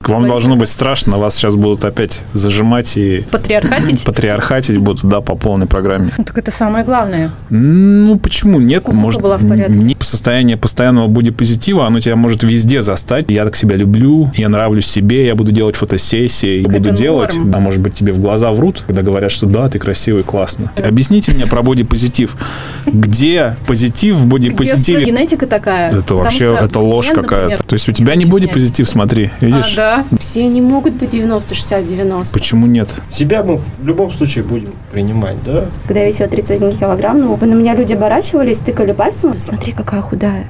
Вам должно быть страшно, вас сейчас будут опять зажимать и... Патриархатить будут, да, по полной программе. Ну, так это самое главное. Ну, почему? Нет, Кукуха может, была в порядке. Состояние постоянного бодипозитива, оно тебя может везде застать. Я так себя люблю, я нравлюсь себе, я буду делать фотосессии, Так буду это делать. норм. А может быть, тебе в глаза врут, когда говорят, что да, ты красивый, классно. Объясните мне про бодипозитив. Где позитив в бодипозитиве? Генетика такая. Это вообще, это ложь какая-то. То есть у тебя не бодипозитив, смотри, видишь? Да. Все не могут быть 90, 60, 90. Почему нет? Себя мы в любом случае будем принимать, да? Когда я весила 31 килограмм, ну, на меня люди оборачивались, тыкали пальцем. Смотри, какая худая.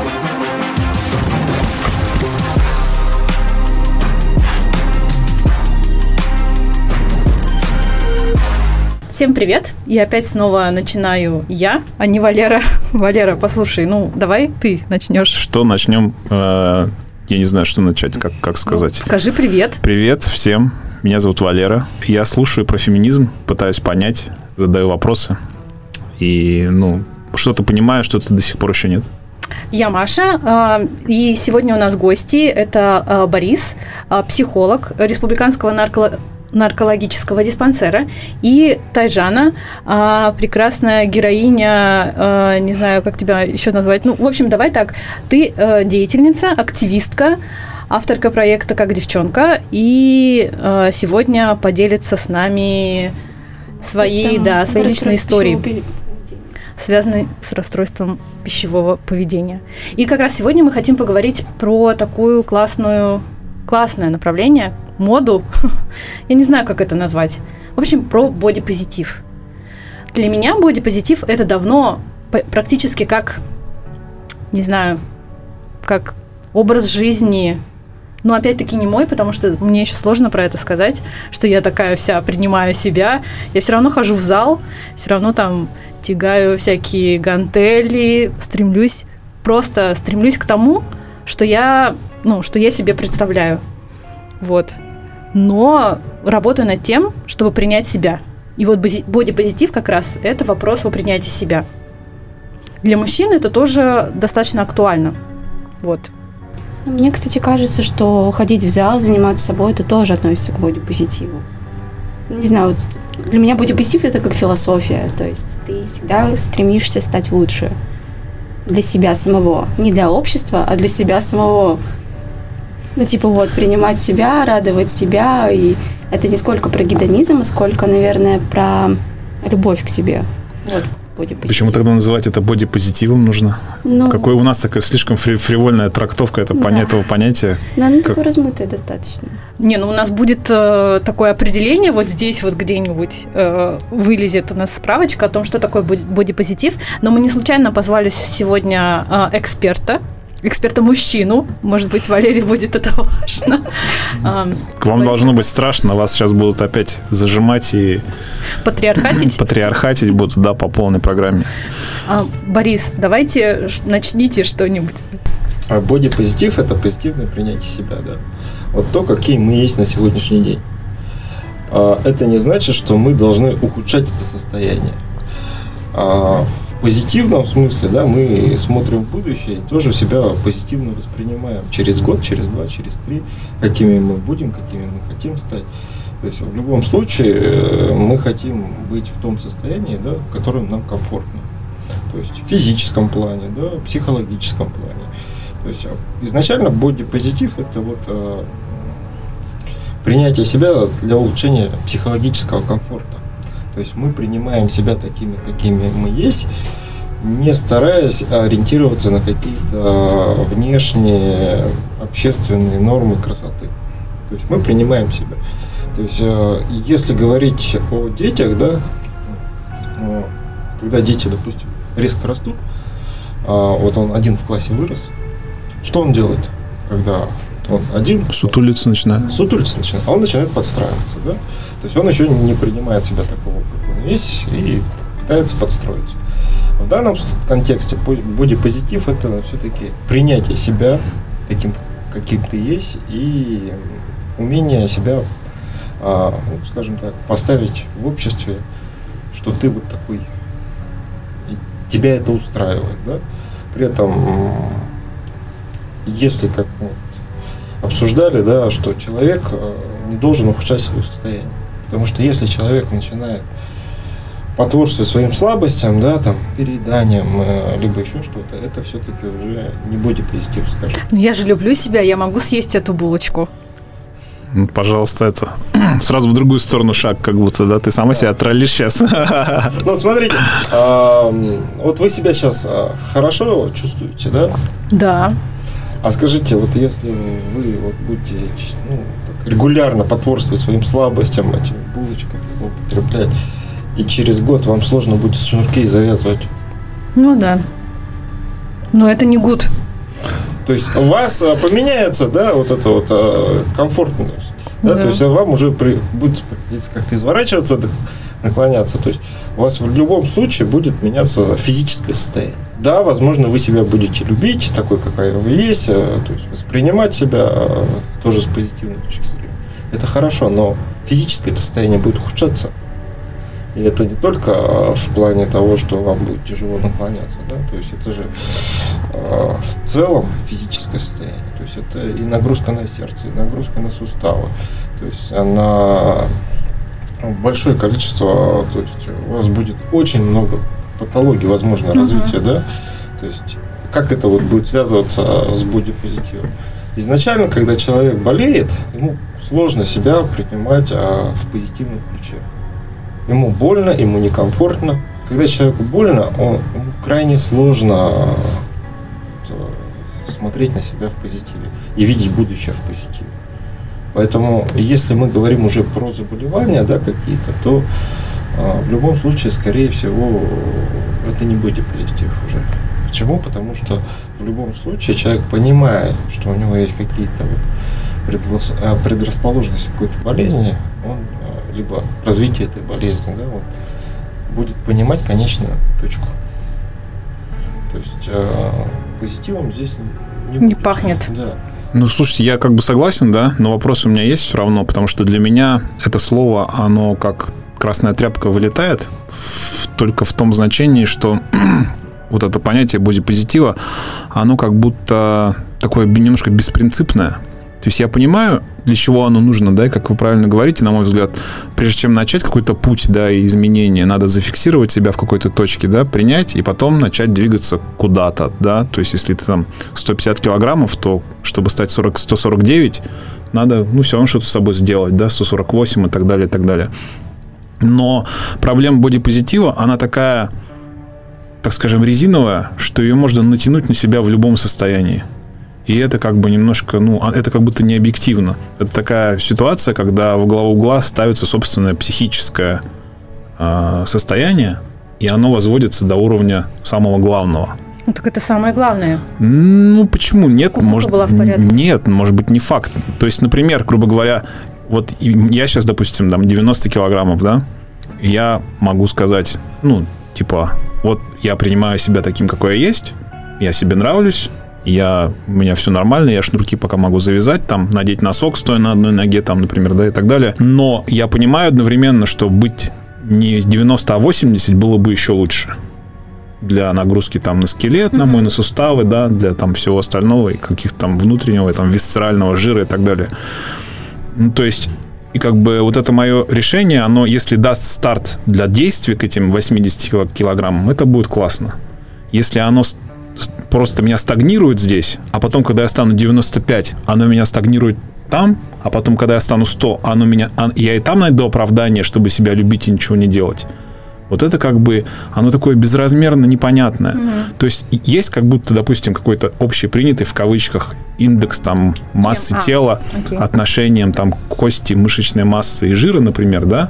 Всем привет! И опять снова начинаю я, а не Валера. Валера, послушай, ну давай ты начнешь. Что начнем? Я не знаю, что начать, как сказать. Скажи привет. Привет всем. Меня зовут Валера. Я слушаю про феминизм, пытаюсь понять, задаю вопросы. И, что-то понимаю, что-то до сих пор еще нет. Я Маша, и сегодня у нас гости. Это Борис, психолог Республиканского наркологического диспансера, и Тайжана, прекрасная героиня, не знаю, как тебя еще назвать. Ну, в общем, давай так. Ты деятельница, активистка, авторка проекта «Как девчонка», и сегодня поделится с нами своей личной историей, связанной с расстройством пищевого поведения. И как раз сегодня мы хотим поговорить про такое классное направление, моду, я не знаю, как это назвать. В общем, про бодипозитив. Для меня бодипозитив – это давно практически как, не знаю, как образ жизни. Но опять-таки не мой, потому что мне еще сложно про это сказать, что я такая вся принимаю себя. Я все равно хожу в зал, все равно там тягаю всякие гантели, стремлюсь к тому, что я себе представляю. Вот. Но работаю над тем, чтобы принять себя. И вот бодипозитив как раз – это вопрос о принятии себя. Для мужчин это тоже достаточно актуально. Вот. Мне, кстати, кажется, что ходить в зал, заниматься собой, это тоже относится к бодипозитиву. Не знаю, вот для меня бодипозитив – это как философия. То есть ты всегда стремишься стать лучше для себя самого. Не для общества, а для себя самого. Принимать себя, радовать себя. И это не сколько про гедонизм, а сколько, наверное, про любовь к себе. Вот, бодипозитив. Почему тогда называть это бодипозитивом нужно? Какой у нас такая слишком фривольная трактовка этого понятия? Но оно такое размытое достаточно. У нас будет такое определение, вот здесь вот где-нибудь вылезет у нас справочка о том, что такое бодипозитив, но мы не случайно позвали сегодня эксперта-мужчину. Может быть, Валерии будет это важно. Вам должно быть страшно, вас сейчас будут опять зажимать и... Патриархатить будут, да, по полной программе. Борис, давайте начните что-нибудь. Бодипозитив – это позитивное принятие себя, да. Вот то, какие мы есть на сегодняшний день. Это не значит, что мы должны ухудшать это состояние. В позитивном смысле, да, мы смотрим в будущее и тоже себя позитивно воспринимаем. Через год, через 2, через 3, какими мы будем, какими мы хотим стать. То есть в любом случае мы хотим быть в том состоянии, да, в котором нам комфортно. То есть в физическом плане, да, в психологическом плане. То есть изначально бодипозитив – это вот принятие себя для улучшения психологического комфорта. То есть мы принимаем себя такими, какими мы есть, не стараясь ориентироваться на какие-то внешние общественные нормы красоты. То есть мы принимаем себя. То есть если говорить о детях, да, когда дети, допустим, резко растут, вот он один в классе вырос, что он делает, когда он один? Сутулиться начинает. А он начинает подстраиваться, да? То есть он еще не принимает себя такого, как он есть, и пытается подстроиться. В данном контексте бодипозитив – это все-таки принятие себя таким, каким ты есть, и умение себя, скажем так, поставить в обществе, что ты вот такой, и тебя это устраивает, да? При этом, если как обсуждали, да, что человек не должен ухудшать свое состояние. Потому что если человек начинает потворствовать своим слабостям, да, там, перееданием, либо еще что-то, это все-таки уже не бодипозитив, скажем. Я же люблю себя, я могу съесть эту булочку. Ну, пожалуйста, это сразу в другую сторону шаг, как будто, да, ты сама себя троллишь сейчас. Ну, смотрите, вот вы себя сейчас хорошо чувствуете, да? Да. А скажите, вот если вы вот будете так регулярно потворствовать своим слабостям, этими булочками употреблять, и через год вам сложно будет шнурки завязывать. Ну да. Но это не гуд. То есть у вас поменяется, да, вот это вот комфортность. Да? То есть вам уже будет как-то изворачиваться, наклоняться. То есть у вас в любом случае будет меняться физическое состояние. Да, возможно, вы себя будете любить, такой, какая вы есть, то есть воспринимать себя тоже с позитивной точки зрения. Это хорошо, но физическое состояние будет ухудшаться. И это не только в плане того, что вам будет тяжело наклоняться, да, то есть это же в целом физическое состояние. То есть это и нагрузка на сердце, и нагрузка на суставы. То есть на большое количество, то есть у вас будет очень много патологий, возможно, развития, да. То есть как это вот будет связываться с бодипозитивом? Изначально, когда человек болеет, ему сложно себя принимать в позитивном ключе. Ему больно, ему некомфортно. Когда человеку больно, ему крайне сложно смотреть на себя в позитиве и видеть будущее в позитиве. Поэтому, если мы говорим уже про заболевания, да, какие-то, то в любом случае, скорее всего, это не будет позитив уже. Почему? Потому что в любом случае человек понимает, что у него есть какие-то вот предрасположенности к какой-то болезни, он либо развитие этой болезни, да, он будет понимать конечную точку. То есть позитивом здесь не будет. Пахнет. Да. Ну, слушайте, я как бы согласен, да, но вопрос у меня есть все равно, потому что для меня это слово, оно как красная тряпка вылетает только в том значении, что вот это понятие бодипозитива, оно как будто такое немножко беспринципное. То есть я понимаю, для чего оно нужно, да, и как вы правильно говорите, на мой взгляд, прежде чем начать какой-то путь, да, и изменения, надо зафиксировать себя в какой-то точке, да, принять, и потом начать двигаться куда-то, да, то есть если ты там 150 килограммов, то чтобы стать 149, надо, ну, все равно что-то с собой сделать, да, 148 и так далее, и так далее. Но проблема бодипозитива, она такая, так скажем, резиновая, что ее можно натянуть на себя в любом состоянии. И это как бы немножко, ну, это как будто не объективно. Это такая ситуация, когда во главу угла ставится собственное психическое состояние, и оно возводится до уровня самого главного. Ну, так это самое главное. Ну, почему? Нет, Кукуха может, была в порядке. Нет, может быть, не факт. То есть, например, грубо говоря, вот я сейчас, допустим, там 90 килограммов, да, я могу сказать, ну, типа, вот я принимаю себя таким, какой я есть, я себе нравлюсь, у меня все нормально, я шнурки пока могу завязать, там, надеть носок, стоя на одной ноге, там, например, да, и так далее. Но я понимаю одновременно, что быть не 90, а 80 было бы еще лучше. Для нагрузки там на скелет, на мой, на суставы, да, для там всего остального, и каких-то там внутреннего, там, висцерального жира и так далее. Ну, то есть, и как бы вот это мое решение, оно, если даст старт для действия к этим 80 килограммам, это будет классно. Если оно просто меня стагнирует здесь, а потом, когда я стану 95, оно меня стагнирует там, а потом, когда я стану 100, я и там найду оправдание, чтобы себя любить и ничего не делать. Вот это как бы, оно такое безразмерно непонятное. То есть есть как будто, допустим, какой-то общепринятый, в кавычках, индекс там массы тела, отношением там кости, мышечной массы и жира, например, да?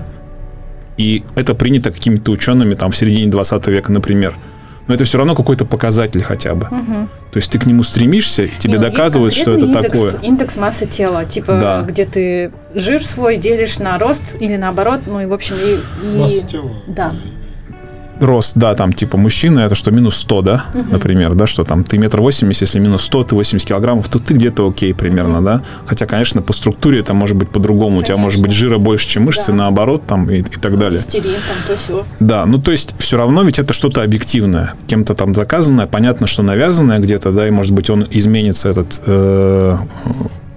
И это принято какими-то учеными там в середине 20 века, например. Но это все равно какой-то показатель хотя бы. То есть ты к нему стремишься, и тебе доказывают, что это такое. Индекс массы тела, типа, да, где ты жир свой делишь на рост или наоборот, ну и в общем масса тела. Да. Рост, да, там типа мужчина, это что, минус 100, да, например, да, что там ты 1,80 м, если минус 100, ты 80 килограммов, то ты где-то окей примерно, да. Хотя, конечно, по структуре это может быть по-другому. Конечно. У тебя может быть жира больше, чем мышцы, да, наоборот, там и так далее. Стерин, там, то все. Да, ну то есть все равно ведь это что-то объективное, кем-то там заказанное, понятно, что навязанное где-то, да, и может быть он изменится, этот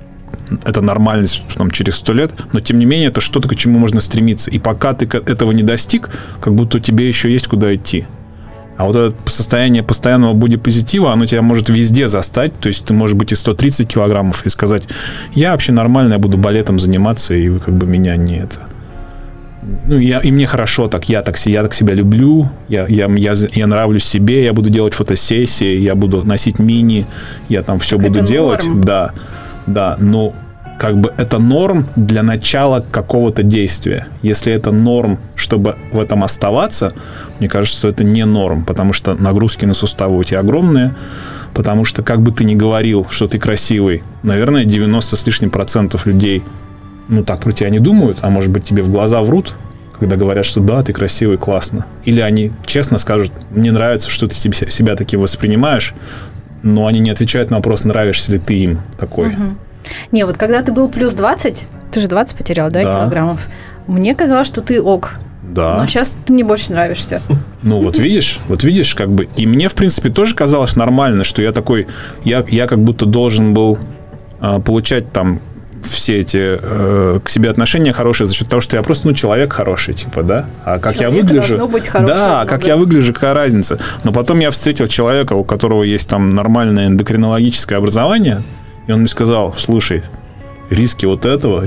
это нормальность там, через 100 лет, но тем не менее это что-то, к чему можно стремиться. И пока ты этого не достиг, как будто тебе еще есть куда идти. А вот это состояние постоянного бодипозитива, оно тебя может везде застать. То есть ты можешь быть и 130 килограммов и сказать, я вообще нормально, я буду балетом заниматься, и вы как бы меня не это... Ну, и мне хорошо так, я так себя люблю, я нравлюсь себе, я буду делать фотосессии, я буду носить мини, я там все буду делать. Норм. Да, но как бы это норм для начала какого-то действия. Если это норм, чтобы в этом оставаться, мне кажется, что это не норм, потому что нагрузки на суставы у тебя огромные, потому что как бы ты ни говорил, что ты красивый, наверное, 90 с лишним % людей так про тебя не думают, а может быть тебе в глаза врут, когда говорят, что да, ты красивый, классно. Или они честно скажут, мне нравится, что ты себя таким воспринимаешь, но они не отвечают на вопрос, нравишься ли ты им такой. Угу. Не, вот когда ты был плюс 20, ты же 20 потерял, да, килограммов? Мне казалось, что ты ок. Да. Но сейчас ты мне больше нравишься. Ну, вот видишь, как бы... И мне, в принципе, тоже казалось нормально, что я такой... Я как будто должен был получать там все эти к себе отношения хорошие за счет того, что я просто, человек хороший, типа, да? А как Человека я выгляжу... должно быть хорошее, да, как я выгляжу, какая разница. Но потом я встретил человека, у которого есть там нормальное эндокринологическое образование, и он мне сказал, слушай, риски вот этого,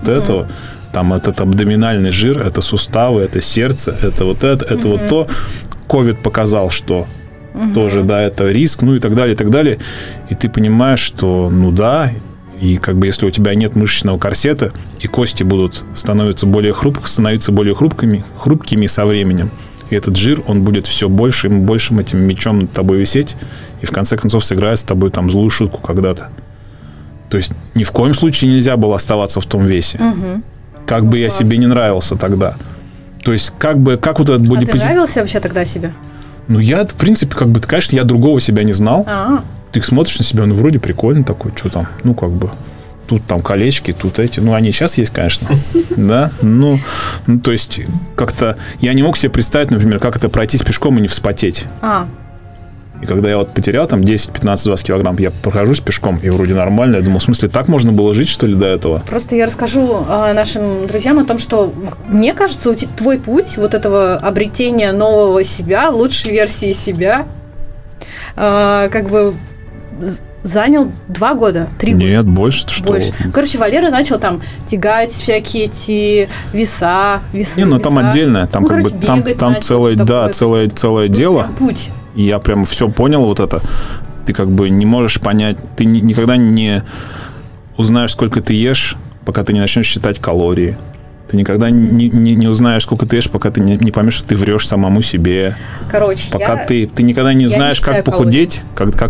там этот абдоминальный жир, это суставы, это сердце, это вот это вот то. Ковид показал, что тоже, да, это риск, и так далее, и так далее. И ты понимаешь, что, да, и как бы если у тебя нет мышечного корсета, и кости будут становиться более хрупкими со временем, и этот жир, он будет все большим и большим этим мечом над тобой висеть, и в конце концов сыграет с тобой там злую шутку когда-то. То есть ни в коем случае нельзя было оставаться в том весе. Как бы я себе не нравился тогда. То есть как вот этот бодипозитив... А ты нравился вообще тогда себе? Я, в принципе, конечно, я другого себя не знал. Ты смотришь на себя, вроде прикольно такой, что там, тут там колечки, тут эти, они сейчас есть, конечно, да, то есть как-то я не мог себе представить, например, как это пройтись пешком и не вспотеть. И когда я потерял там 10, 15, 20 килограмм, я прохожусь пешком, и вроде нормально. Я думал, в смысле, так можно было жить, что ли, до этого? Просто я расскажу нашим друзьям о том, что, мне кажется, твой путь вот этого обретения нового себя, лучшей версии себя, как бы занял 2 года, 3 года. Нет, больше. Что? Больше. Короче, Валера начал там тягать всякие эти веса. Там отдельно, там там целое дело. Путь. И я прям все понял вот это. Ты как бы не можешь понять, ты никогда не узнаешь, сколько ты ешь, пока ты не начнешь считать калории. Ты никогда не узнаешь, сколько ты ешь, пока ты не поймешь, что ты врешь самому себе. Короче, пока ты никогда не знаешь, как похудеть,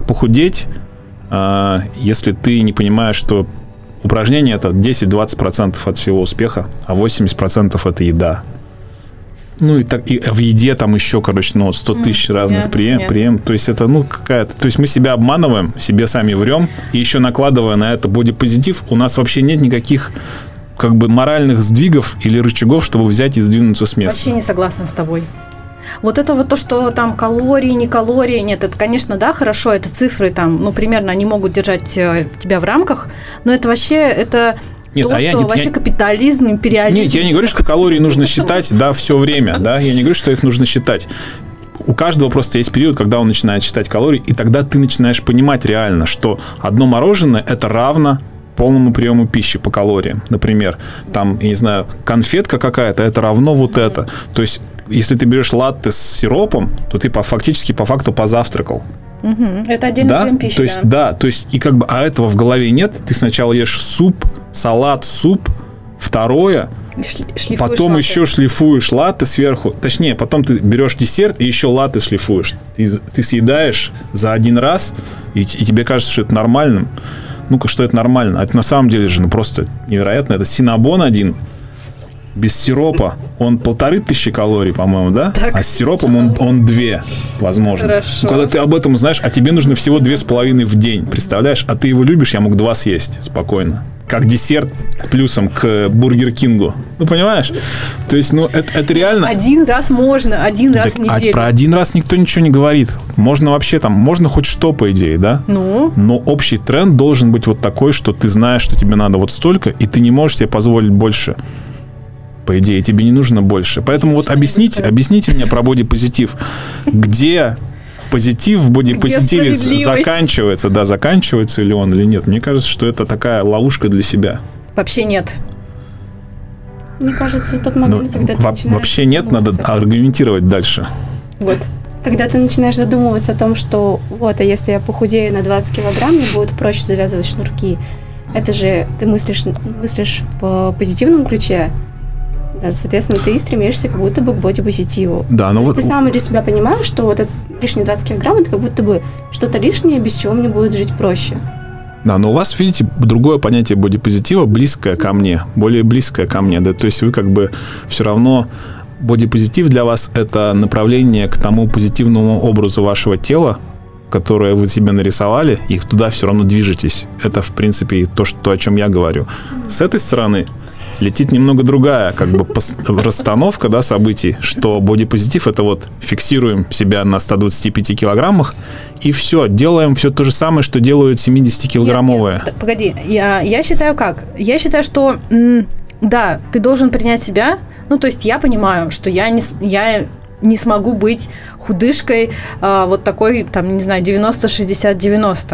если ты не понимаешь, что упражнение это 10-20% от всего успеха, а 80% это еда. И в еде там еще, 100 тысяч разных прием. То есть это, какая-то... То есть мы себя обманываем, себе сами врем, и еще накладывая на это бодипозитив, у нас вообще нет никаких как бы моральных сдвигов или рычагов, чтобы взять и сдвинуться с места. Вообще не согласна с тобой. Вот это вот то, что там калории, не калории, нет, это, конечно, да, хорошо, это цифры там, примерно они могут держать тебя в рамках, но это вообще, это... Нет, капитализм, империализм. Нет, я не говорю, что калории нужно считать, все время, да, я не говорю, что их нужно считать. У каждого просто есть период, когда он начинает считать калории, и тогда ты начинаешь понимать реально, что одно мороженое – это равно полному приему пищи по калориям. Например, там, я не знаю, конфетка какая-то – это равно вот это. То есть, если ты берешь латте с сиропом, то ты по факту позавтракал. Это отдельный прием пищи, то есть, и как бы, а этого в голове нет. Ты сначала ешь салат, суп, второе, потом латте. Еще шлифуешь латте сверху. Точнее, потом ты берешь десерт и еще латте шлифуешь. Ты съедаешь за один раз, и тебе кажется, что это нормальным. Что это нормально? А это на самом деле же просто невероятно. Это синнабон один. Без сиропа он 1500 калорий, по-моему, да? Так. А с сиропом он 2, возможно. Хорошо. Когда ты об этом знаешь, а тебе нужно всего 2,5 в день, представляешь? А ты его любишь, я мог 2 съесть спокойно. Как десерт плюсом к Бургер Кингу. Ну, понимаешь? То есть, это реально... Один раз можно, один раз в неделю. Про один раз никто ничего не говорит. Можно вообще можно хоть что, по идее, да? Ну? Но общий тренд должен быть вот такой, что ты знаешь, что тебе надо вот столько, и ты не можешь себе позволить больше. По идее, тебе не нужно больше. Поэтому вот объясните мне про бодипозитив. Где позитив в бодипозитиве заканчивается? Да, заканчивается ли он или нет? Мне кажется, что это такая ловушка для себя. Вообще нет. Мне кажется, тот момент, когда ты начинаешь... Вообще нет, надо аргументировать дальше. Вот. Когда ты начинаешь задумываться о том, что вот, а если я похудею на 20 килограмм, мне будет проще завязывать шнурки. Это же ты мыслишь в позитивном ключе. Да, соответственно, ты стремишься как будто бы к бодипозитиву. Да, но вот ты сам для себя понимаешь, что вот этот лишние 20 килограмм, это как будто бы что-то лишнее, без чего мне будет жить проще. Да, но у вас, видите, другое понятие бодипозитива, близкое ко мне, более близкое ко мне. Да, то есть вы как бы все равно... Бодипозитив для вас – это направление к тому позитивному образу вашего тела, которое вы себе нарисовали, и туда все равно движетесь. Это, в принципе, то, о чем я говорю. С этой стороны летит немного другая как бы расстановка, да, событий, что бодипозитив – это вот фиксируем себя на 125 килограммах, и все, делаем все то же самое, что делают 70-килограммовые. Нет, погоди, я считаю как? Я считаю, что да, ты должен принять себя. Ну, то есть я понимаю, что я не смогу быть худышкой вот такой, там, не знаю, 90-60-90.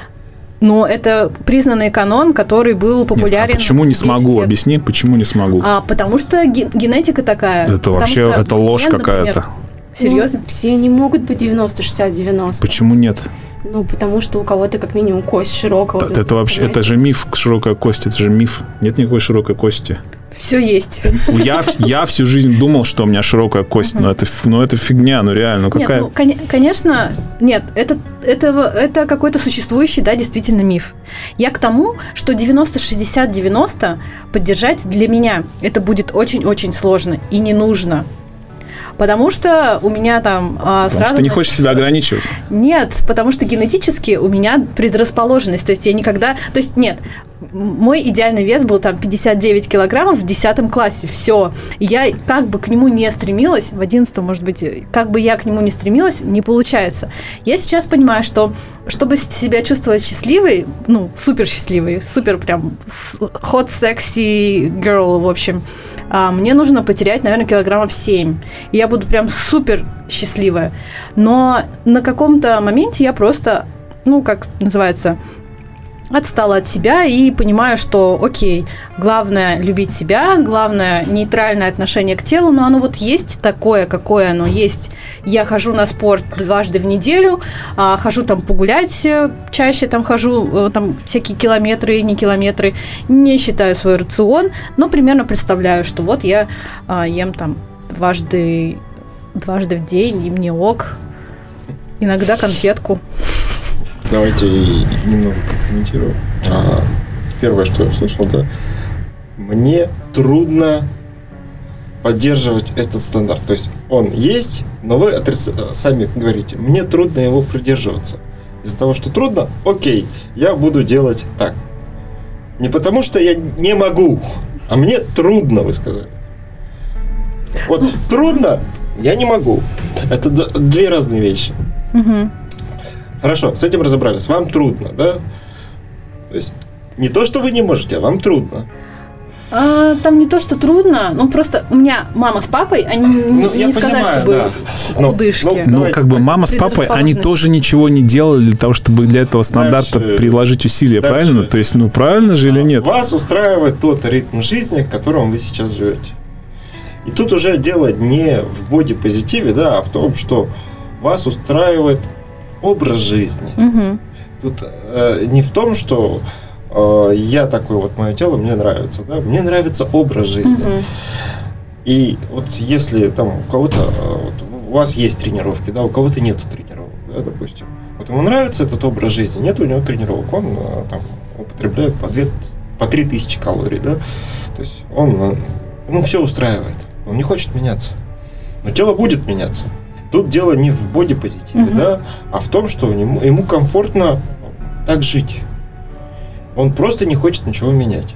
Но это признанный канон, который был популярен. Нет, а почему не смогу? Объясни, почему не смогу? Потому что генетика такая. Это вообще это ложь какая-то. Серьезно? Все не могут быть 90-60-90. Почему нет? Ну, потому что у кого-то как минимум кость широкая. Вот это вообще, это же миф, широкая кость, это же миф. Нет никакой широкой кости. Все есть. Я всю жизнь думал, что у меня широкая кость, но это фигня, реально. Какая... Нет, конечно, нет, это какой-то существующий, да, действительно миф. Я к тому, что 90-60-90 поддержать для меня это будет очень-очень сложно и не нужно. Потому что у меня там сразу... Потому что ты не хочешь себя ограничивать? Нет, потому что генетически у меня предрасположенность. То есть я никогда... То есть нет, мой идеальный вес был там 59 килограммов в 10 классе. Все. Я как бы к нему не стремилась, в 11, может быть, как бы я к нему не стремилась, не получается. Я сейчас понимаю, что чтобы себя чувствовать счастливой, ну, супер счастливой, супер прям hot, sexy girl, в общем, мне нужно потерять, наверное, килограммов 7. И я буду прям супер счастливая. Но на каком-то моменте я просто, ну, как называется, отстала от себя и понимаю, что окей, главное любить себя, главное нейтральное отношение к телу, но оно вот есть такое, какое оно есть. Я хожу на спорт 2 раза в неделю, хожу там погулять, чаще там хожу, там всякие километры, не километры, не считаю свой рацион, но примерно представляю, что вот я ем там дважды в день, и мне ок, иногда конфетку. Давайте немного прокомментирую. Первое, что я услышал, да, мне трудно поддерживать этот стандарт. То есть он есть, но вы сами говорите, мне трудно его придерживаться. Из-за того, что трудно, окей, я буду делать так. Не потому, что я не могу, а мне трудно, вы сказали. Вот трудно, я не могу. Это 2 разные вещи. Угу. Хорошо, с этим разобрались. Вам трудно, да? То есть не то, что вы не можете, а вам трудно. Там не то, что трудно, ну просто у меня мама с папой, они не сказали, чтобы худышки. Ну, как бы мама с папой, они тоже ничего не делали для того, чтобы для этого стандарта приложить усилия, правильно? То есть, ну, правильно же или нет? Вас устраивает тот ритм жизни, в котором вы сейчас живете. И тут уже дело не в бодипозитиве, да, а в том, что вас устраивает образ жизни. Угу. Тут не в том, что я такой, вот мое тело мне нравится, да, мне нравится образ жизни. Угу. И вот если там у кого-то, вот, у вас есть тренировки, да, у кого-то нету тренировок, да, допустим. Вот ему нравится этот образ жизни, нет у него тренировок, он там употребляет по 3000 калорий, да, то есть он ему все устраивает. Он не хочет меняться. Но тело будет меняться. Тут дело не в бодипозитиве, да, а в том, что ему комфортно так жить. Он просто не хочет ничего менять.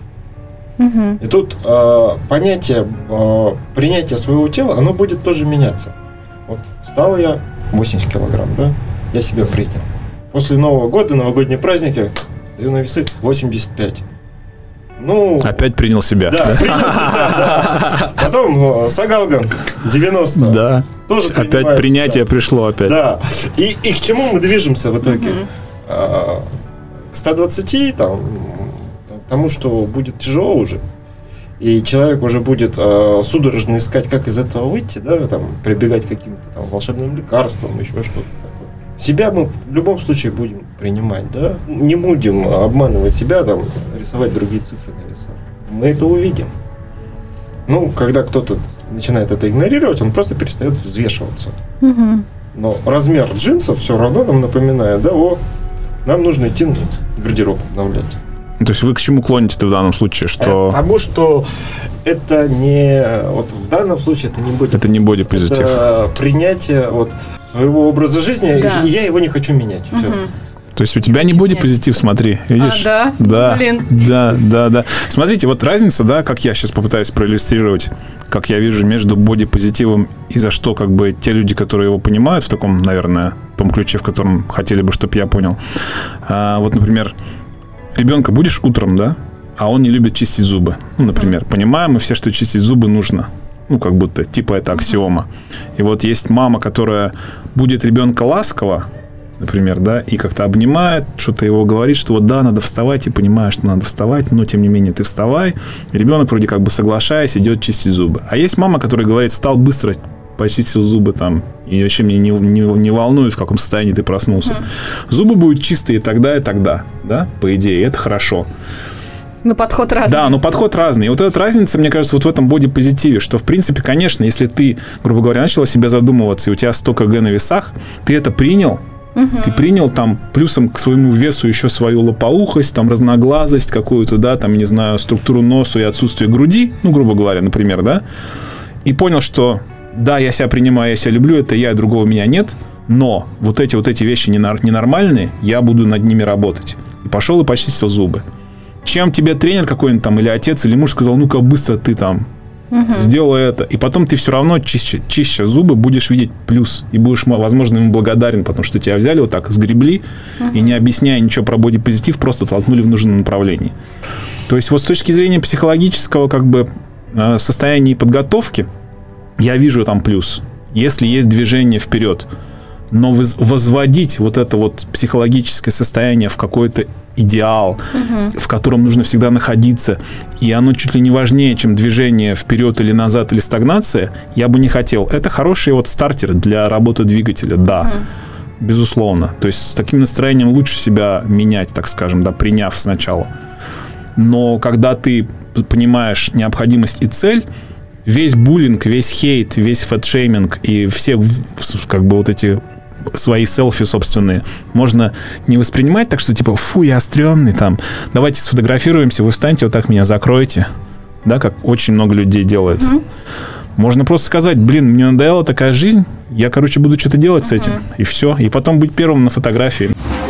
И тут понятие принятия своего тела, оно будет тоже меняться. Вот стал я 80 килограмм, да, я себя принял. После Нового года, новогодние праздники, стою на весы 85. Ну, опять принял себя. Да, принял себя, да. Потом Сагалган 90. Да. Тоже опять принятие пришло опять. Да. И к чему мы движемся в итоге? К 120, там, к тому, что будет тяжело уже. И человек уже будет судорожно искать, как из этого выйти, да, там, прибегать к каким-то там волшебным лекарствам, еще что-то такое. Себя мы в любом случае будем принимать, да? Не будем обманывать себя, там, рисовать другие цифры на весах. Мы это увидим. Ну, когда кто-то начинает это игнорировать, он просто перестает взвешиваться. Но размер джинсов все равно нам напоминает, да, нам нужно идти гардероб обновлять. То есть вы к чему клоните-то в данном случае? Что... Потому что это не... Вот в данном случае это не бодипозитив. Это не бодипозитив. Это принятие своего образа жизни, да. И я его не хочу менять. Все. То есть у тебя не бодипозитив, смотри, видишь? Да? Да. Блин. Да. Смотрите, вот разница, да, как я сейчас попытаюсь проиллюстрировать, как я вижу между бодипозитивом и за что как бы те люди, которые его понимают в таком, наверное, том ключе, в котором хотели бы, чтобы я понял. Вот, например, ребенка будешь утром, да, а он не любит чистить зубы. Ну, например, понимаем мы все, что чистить зубы нужно. Ну, как будто, типа, это аксиома. И вот есть мама, которая будет ребенка ласково, например, да, и как-то обнимает, что-то его говорит, что вот да, надо вставать, и понимаешь, что надо вставать, но тем не менее ты вставай. И ребенок вроде как бы соглашаясь, идет чистить зубы. А есть мама, которая говорит, встал быстро, почистил зубы там, и вообще меня не волнует, в каком состоянии ты проснулся. Зубы будут чистые тогда, да, по идее, это хорошо. Но подход разный. Да, но подход разный. И вот эта разница, мне кажется, вот в этом бодипозитиве, что, в принципе, конечно, если ты, грубо говоря, начал о себе задумываться, и у тебя 100 кг на весах, ты это принял, ты принял там плюсом к своему весу еще свою лопоухость, там разноглазость какую-то, да, там, не знаю, структуру носа и отсутствие груди, ну, грубо говоря, например, да, и понял, что да, я себя принимаю, я себя люблю, это я, другого меня нет, но вот эти вещи ненормальные, я буду над ними работать. И пошел и почистил зубы. Чем тебе тренер какой-нибудь там, или отец, или муж сказал, ну-ка быстро ты там сделай это. И потом ты все равно чище зубы будешь видеть плюс. И будешь, возможно, ему благодарен, потому что тебя взяли вот так, сгребли, и не объясняя ничего про бодипозитив, просто толкнули в нужном направлении. То есть вот с точки зрения психологического как бы состояния и подготовки, я вижу там плюс. Если есть движение вперед. Но возводить вот это вот психологическое состояние в какой-то идеал, в котором нужно всегда находиться, и оно чуть ли не важнее, чем движение вперед или назад, или стагнация, я бы не хотел. Это хороший вот стартер для работы двигателя, да, безусловно. То есть с таким настроением лучше себя менять, так скажем, да, приняв сначала. Но когда ты понимаешь необходимость и цель, весь буллинг, весь хейт, весь фэтшейминг и все как бы вот эти свои селфи собственные можно не воспринимать так, что типа, фу, я стрёмный там, давайте сфотографируемся, вы встаньте, вот так меня закройте, да, как очень много людей делает. Можно просто сказать, блин, мне надоела такая жизнь, я, короче, буду что-то делать с этим, и все, и потом быть первым на фотографии.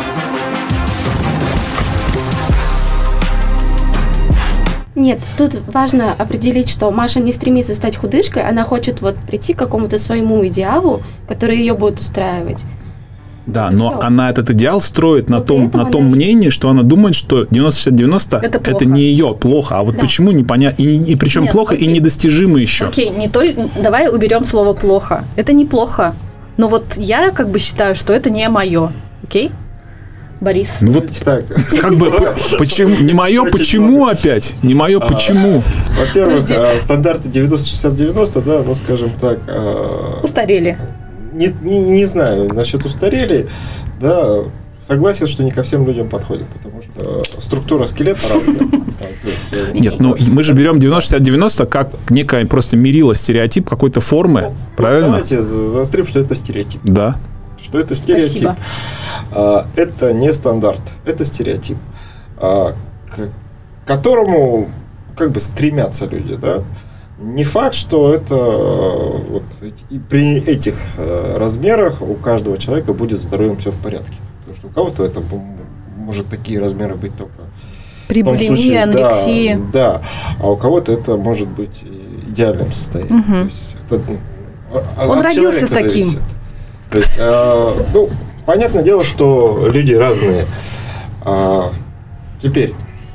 Нет, тут важно определить, что Маша не стремится стать худышкой, она хочет вот прийти к какому-то своему идеалу, который ее будет устраивать. Да, но она этот идеал строит на том мнении, что она думает, что 90-60-90 это не ее плохо, а вот почему непонятно, и причем плохо и недостижимо еще. Окей, давай уберем слово плохо. Это неплохо, но вот я как бы считаю, что это не мое, окей? Борис. Ну вот так. Как бы почему? Не мое, почему опять? Не мое, почему? Во-первых, стандарты 90-60-90, да, ну скажем так. Устарели. Не знаю, насчет устарели, да, согласен, что не ко всем людям подходит, потому что структура скелета разная. Нет, ну мы же берем 90-60-90 как некое просто мерило, стереотип какой-то формы, правильно? Давайте заострим, что это стереотип. Да. Что это стереотип? Это не стандарт, это стереотип, к которому как бы стремятся люди, да? Не факт, что это при этих размерах у каждого человека будет с здоровьем все в порядке. Потому что у кого-то это может такие размеры быть только при булимии, анорексии. Да, а у кого-то это может быть идеальным состоянием. То есть он родился с таким. Зависит. То есть, понятное дело, что люди разные. Теперь,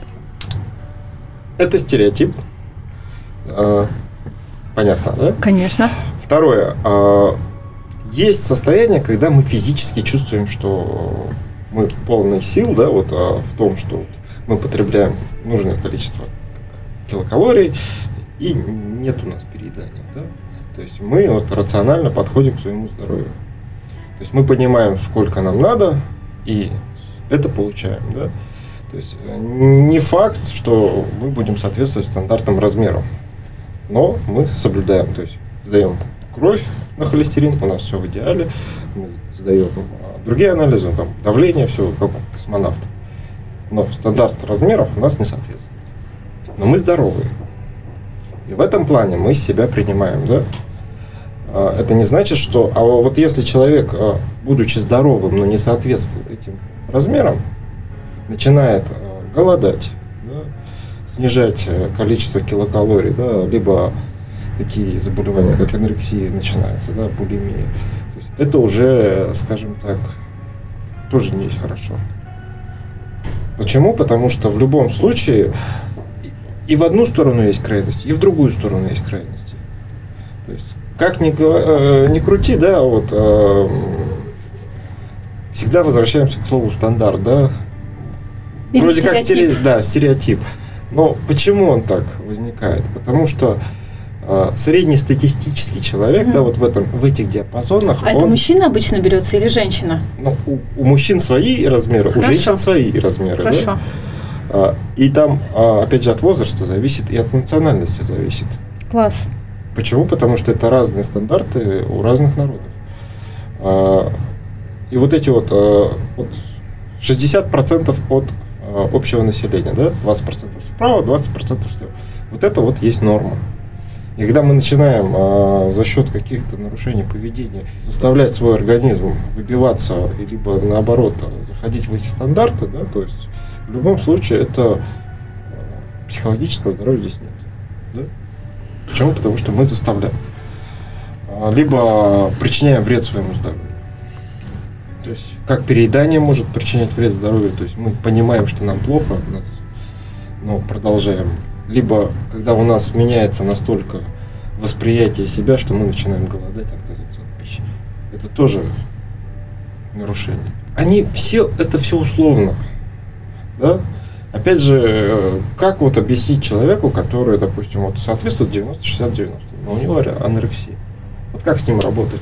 это стереотип. Понятно, да? Конечно. Второе. Есть состояние, когда мы физически чувствуем, что мы полны сил, да, в том, что мы потребляем нужное количество килокалорий, и нет у нас переедания, да? То есть мы рационально подходим к своему здоровью. То есть мы понимаем, сколько нам надо, и это получаем, да? То есть не факт, что мы будем соответствовать стандартным размерам, но мы соблюдаем, то есть сдаем кровь на холестерин, у нас все в идеале, мы сдаем другие анализы, там, давление, все как у космонавта. Но стандарт размеров у нас не соответствует. Но мы здоровые. И в этом плане мы себя принимаем, да? Это не значит, что... А вот если человек, будучи здоровым, но не соответствует этим размерам, начинает голодать, да, снижать количество килокалорий, да, либо такие заболевания, как анорексия начинаются, да, булимия. То есть это уже, скажем так, тоже не есть хорошо. Почему? Потому что в любом случае и в одну сторону есть крайности, и в другую сторону есть крайности. То есть как ни крути, да, всегда возвращаемся к слову стандарт, да. Или вроде стереотип. Как стереотип. Но почему он так возникает? Потому что среднестатистический человек, да, в этих диапазонах. Это мужчина обычно берется или женщина? У мужчин свои размеры, у женщин свои размеры. Хорошо. Да? И там, опять же, от возраста зависит, и от национальности зависит. Класс. Почему? Потому что это разные стандарты у разных народов. И эти 60% от общего населения, да, 20% справа, 20% слева. Это есть норма. И когда мы начинаем за счет каких-то нарушений поведения заставлять свой организм выбиваться, либо наоборот заходить в эти стандарты, да, то есть в любом случае это психологического здоровья здесь нет. Да? Почему? Потому что мы заставляем. Либо причиняем вред своему здоровью. То есть как переедание может причинять вред здоровью, то есть мы понимаем, что нам плохо, но продолжаем. Либо когда у нас меняется настолько восприятие себя, что мы начинаем голодать, отказываться от пищи. Это тоже нарушение. Это все условно. Да? Опять же, как объяснить человеку, который, допустим, соответствует 90-60-90, но у него анорексия. Как с ним работать?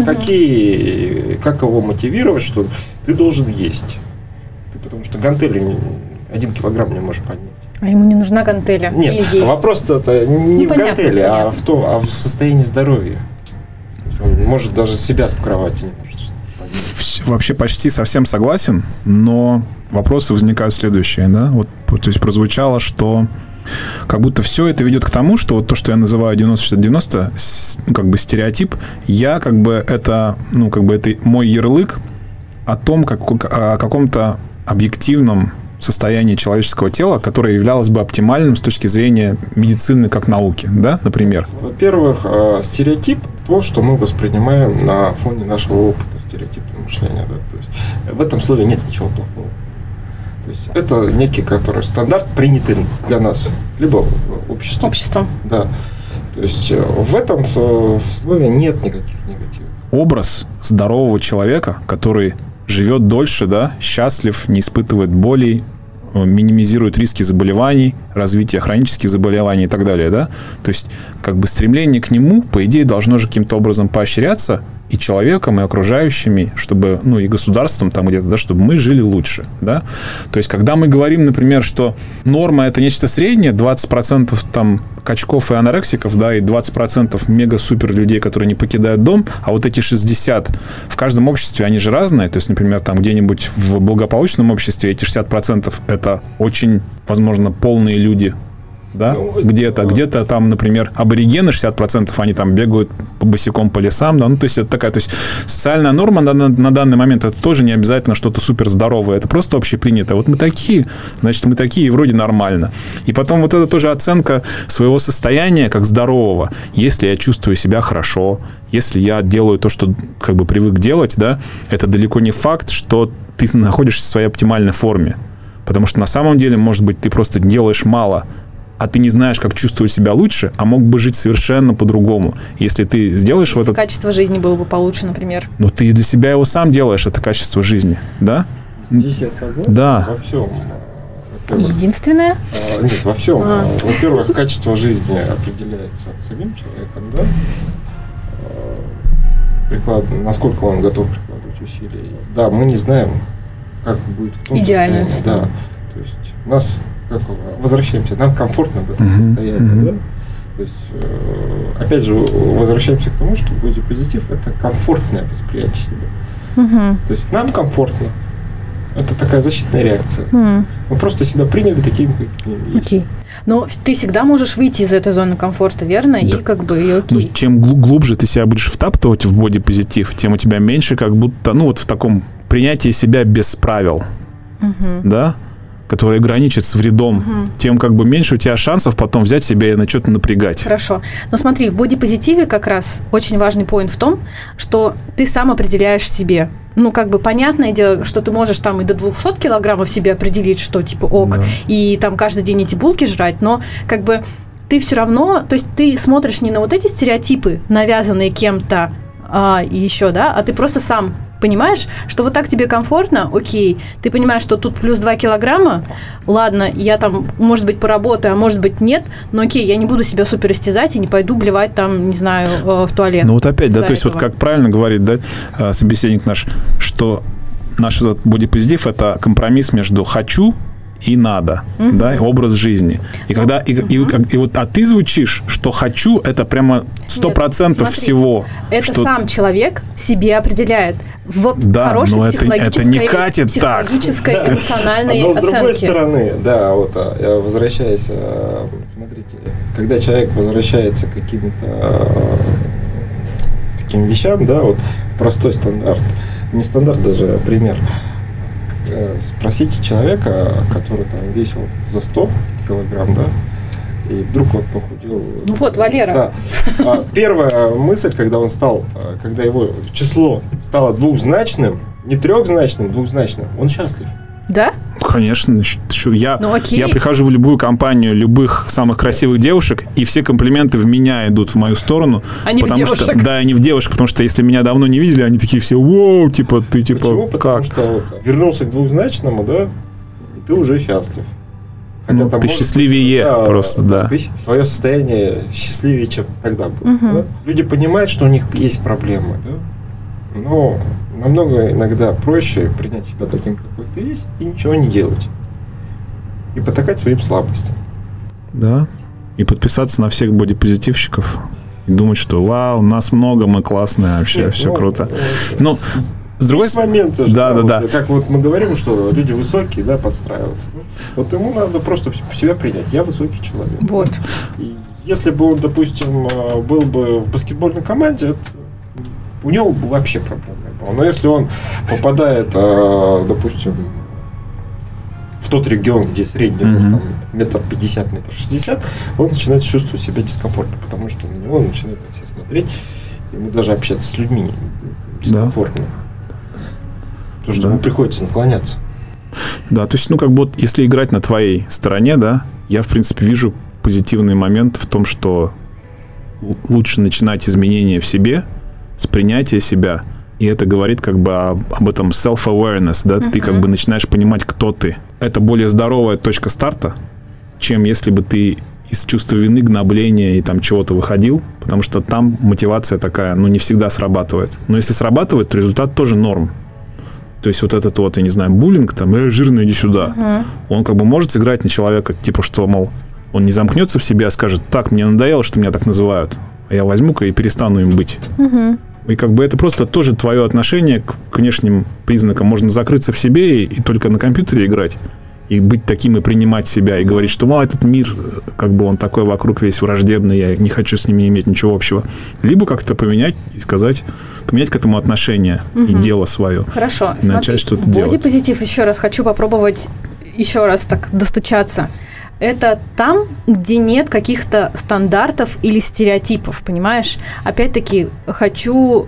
Как его мотивировать, что ты должен есть? Потому что гантели 1 килограмм не можешь поднять. А ему не нужна гантеля? Нет, вопрос-то не в гантели, а в состоянии здоровья. Он может даже себя с кровати не может поднять. Вообще почти совсем согласен, но вопросы возникают следующие, да? То есть прозвучало, что как будто все это ведет к тому, что то, что я называю 90-60-90, стереотип, это мой ярлык о том, о каком-то объективном состоянии человеческого тела, которое являлось бы оптимальным с точки зрения медицины как науки, да, например? Во-первых, стереотип – то, что мы воспринимаем на фоне нашего опыта, стереотипного мышления. Да? То есть в этом слове нет ничего плохого. То есть это некий стандарт, принятый для нас, либо обществом. Да. То есть в этом слове нет никаких негативов. Образ здорового человека, который живет дольше, да, счастлив, не испытывает болей, минимизирует риски заболеваний, развития хронических заболеваний и так далее, да. То есть стремление к нему, по идее, должно же каким-то образом поощряться и человеком, и окружающими, чтобы, и государством там где-то, да, чтобы мы жили лучше, да. То есть, когда мы говорим, например, что норма – это нечто среднее, 20% там качков и анорексиков, да, и 20% мега-супер людей, которые не покидают дом, а эти 60 в каждом обществе, они же разные. То есть, например, там где-нибудь в благополучном обществе эти 60% – это очень, возможно, полные люди, да, где-то там, например, аборигены 60%, они там бегают босиком по лесам, да, ну, то есть это такая, то есть социальная норма на данный момент, это тоже не обязательно что-то супер здоровое, это просто общепринято. Вот мы такие, значит, мы такие, и вроде нормально. И потом вот это тоже оценка своего состояния как здорового. Если я чувствую себя хорошо, если я делаю то, что как бы привык делать, да, это далеко не факт, что ты находишься в своей оптимальной форме. Потому что на самом деле, может быть, ты просто делаешь мало, а ты не знаешь, как чувствовать себя лучше, а мог бы жить совершенно по-другому. Если ты сделаешь если качество жизни было бы получше, например. Ну, ты для себя его сам делаешь, это качество жизни, да? Здесь я согласен. Да. Во всем. Единственное? Нет, во всем. Во-первых, качество жизни определяется самим человеком, да? Насколько он готов прикладывать усилия. Да, мы не знаем, как будет в том идеально состоянии. Да. То есть нас, возвращаемся, нам комфортно в этом состоянии, да? То есть, опять же, возвращаемся к тому, что бодипозитив – это комфортное восприятие себя. То есть нам комфортно. Это такая защитная реакция. Мы просто себя приняли таким, каким есть. Окей. Но ты всегда можешь выйти из этой зоны комфорта, верно? Да. И как бы и окей. Ну, чем глубже ты себя будешь втаптывать в бодипозитив, тем у тебя меньше как будто, ну вот в таком принятии себя без правил, да, которое граничит с вредом, тем как бы меньше у тебя шансов потом взять себя и на что-то напрягать. Хорошо. Но смотри, в бодипозитиве как раз очень важный поинт в том, что ты сам определяешь себе. Ну, как бы понятное дело, что ты можешь там и до 200 килограммов себе определить, что типа ок, да. И там каждый день эти булки жрать, но как бы ты все равно, то есть ты смотришь не на вот эти стереотипы, навязанные кем-то еще, да, а ты просто сам понимаешь, что вот так тебе комфортно, окей, ты понимаешь, что тут плюс 2 килограмма, ладно, я там, может быть, поработаю, а может быть, нет, но окей, я не буду себя супер истязать и не пойду блевать там, не знаю, в туалет. Ну вот опять, да, то есть вот как правильно говорит, да, собеседник наш, что наш этот бодипозитив – это компромисс между «хочу» и надо, да, образ жизни. И когда и вот, а ты звучишь, что хочу, это прямо 100% всего. Это что... сам человек себе определяет в да, хорошей но это не катит так. Психологической, эмоциональной оценке. Но с другой оценки. стороны, да, вот возвращаясь, смотрите, когда человек возвращается к каким-то таким вещам, да, вот простой стандарт, не стандарт даже, пример. Спросите человека, который там весил за 100 килограмм, да, и вдруг вот похудел. Ну вот, Валера. Да. Первая мысль, когда его число стало двухзначным, не трехзначным, двухзначным, он счастлив. Да? Конечно. Я прихожу в любую компанию любых самых красивых девушек, и все комплименты в меня идут в мою сторону. Они в девушек? Да, они в девушек, потому что если меня давно не видели, они такие все, воу, типа, ты типа, почему? Как? Потому что вот, вернулся к двухзначному, да, и ты уже счастлив. Хотя, там, ты счастливее быть, просто, да. Твое состояние счастливее, чем тогда было. Да? Люди понимают, что у них есть проблемы, да? Но намного иногда проще принять себя таким, какой ты есть, и ничего не делать. И потакать своим слабостям. Да. И подписаться на всех бодипозитивщиков. И думать, что вау, нас много, мы классные, вообще все круто. Ну, с другой стороны... моменты, да. Вот, как вот мы говорим, что люди высокие, да, подстраиваются. Вот ему надо просто себя принять. Я высокий человек. Вот. И если бы он, допустим, был бы в баскетбольной команде, у него бы вообще проблем не было. Но если он попадает, допустим, в тот регион, где средний рост там, 1,50 м, 1,60 м, он начинает чувствовать себя дискомфортно, потому что на него начинают все смотреть, ему даже общаться с людьми дискомфортно. Да. Потому что ему приходится наклоняться. Да, то есть, ну, как бы вот, если играть на твоей стороне, да, я, в принципе, вижу позитивный момент в том, что лучше начинать изменения в себе, с принятия себя, и это говорит как бы об этом self-awareness, да, ты как бы начинаешь понимать, кто ты. Это более здоровая точка старта, чем если бы ты из чувства вины, гнобления и там чего-то выходил, потому что там мотивация такая, ну, не всегда срабатывает. Но если срабатывает, то результат тоже норм. То есть вот этот вот, я не знаю, буллинг, там, жирный, иди сюда, он как бы может сыграть на человека, типа, что, мол, он не замкнется в себе, а скажет, так, мне надоело, что меня так называют, а я возьму-ка и перестану им быть. И как бы это просто тоже твое отношение к внешним признакам. Можно закрыться в себе и только на компьютере играть. и быть таким, и принимать себя, и говорить, что, этот мир, как бы он такой вокруг весь враждебный, я не хочу с ними иметь ничего общего. Либо как-то поменять и сказать, поменять к этому отношение и дело свое. Хорошо. И начать что-то делать. Бодипозитив, еще раз хочу попробовать еще раз так достучаться. Это там, где нет стандартов или стереотипов, понимаешь? Опять-таки, хочу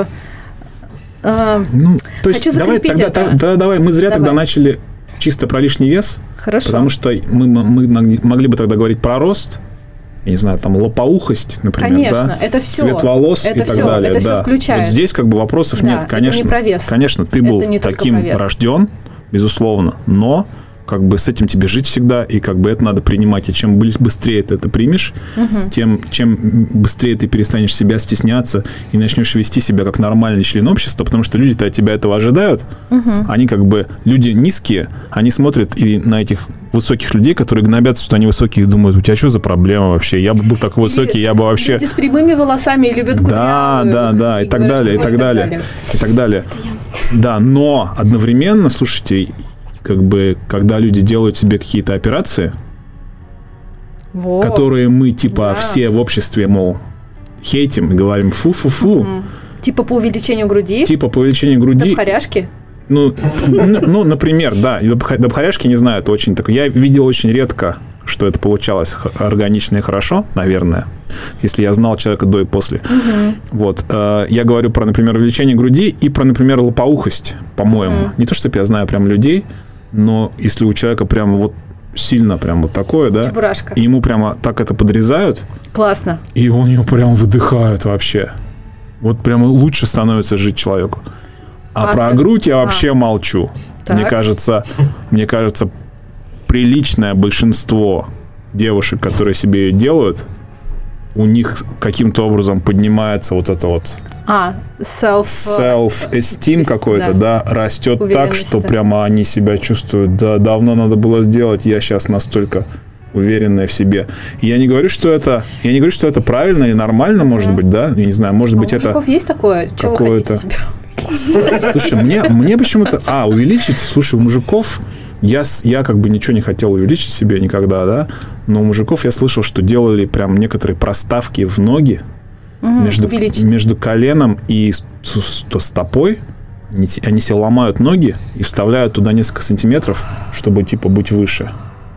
закрепить это. Давай, мы зря тогда начали чисто про лишний вес. Хорошо. Потому что мы могли бы тогда говорить про рост, я не знаю, там лопоухость, например, конечно, это все, цвет волос и так далее. Это все включает. Вот здесь как бы вопросов нет, конечно. Это не про вес. Конечно, ты был таким рожден, безусловно, но как бы с этим тебе жить всегда, и как бы это надо принимать. И чем быстрее ты это примешь, чем быстрее ты перестанешь себя стесняться и начнешь вести себя как нормальный член общества, потому что люди-то от тебя этого ожидают. Они как бы, люди низкие, они смотрят и на этих высоких людей, которые гнобятся, что они высокие, и думают, у тебя что за проблема вообще? Я бы был такой высокий, я бы вообще... Люди с прямыми волосами любят кудрявые. Да, и так далее, и так далее, и так далее. Да, но одновременно, слушайте, как бы, когда люди делают себе какие-то операции, которые мы, типа, все в обществе, мол, хейтим и говорим фу-фу-фу. Типа по увеличению груди? Добхаряшки? Ну, например, да. Добхаряшки, не знаю, это очень такое. Я видел очень редко, что это получалось органично и хорошо, наверное, если я знал человека до и после. Вот. Я говорю про, например, увеличение груди и про, например, лопоухость, по-моему. Не то, чтобы я знаю прям людей, но если у человека прям вот сильно прям вот такое, да, чебурашка, и ему прямо так это подрезают. Классно. И у него прям выдыхает вообще. Вот прямо лучше становится жить человеку. А про грудь я вообще молчу. Мне кажется, приличное большинство девушек, которые себе ее делают, у них каким-то образом поднимается вот это вот self-esteem какой-то, да, растет так, что прямо они себя чувствуют, да, давно надо было сделать, я сейчас настолько уверенная в себе. И я не говорю, что это правильно и нормально, может быть, да, я не знаю, может быть, это... У мужиков есть такое? Чего вы хотите себе? Слушай, мне почему-то... увеличить... Слушай, у мужиков... Я как бы ничего не хотел увеличить себе никогда, да, но у мужиков я слышал, что делали прям некоторые проставки в ноги между коленом и стопой. Они себе ломают ноги и вставляют туда несколько сантиметров, чтобы, типа, быть выше.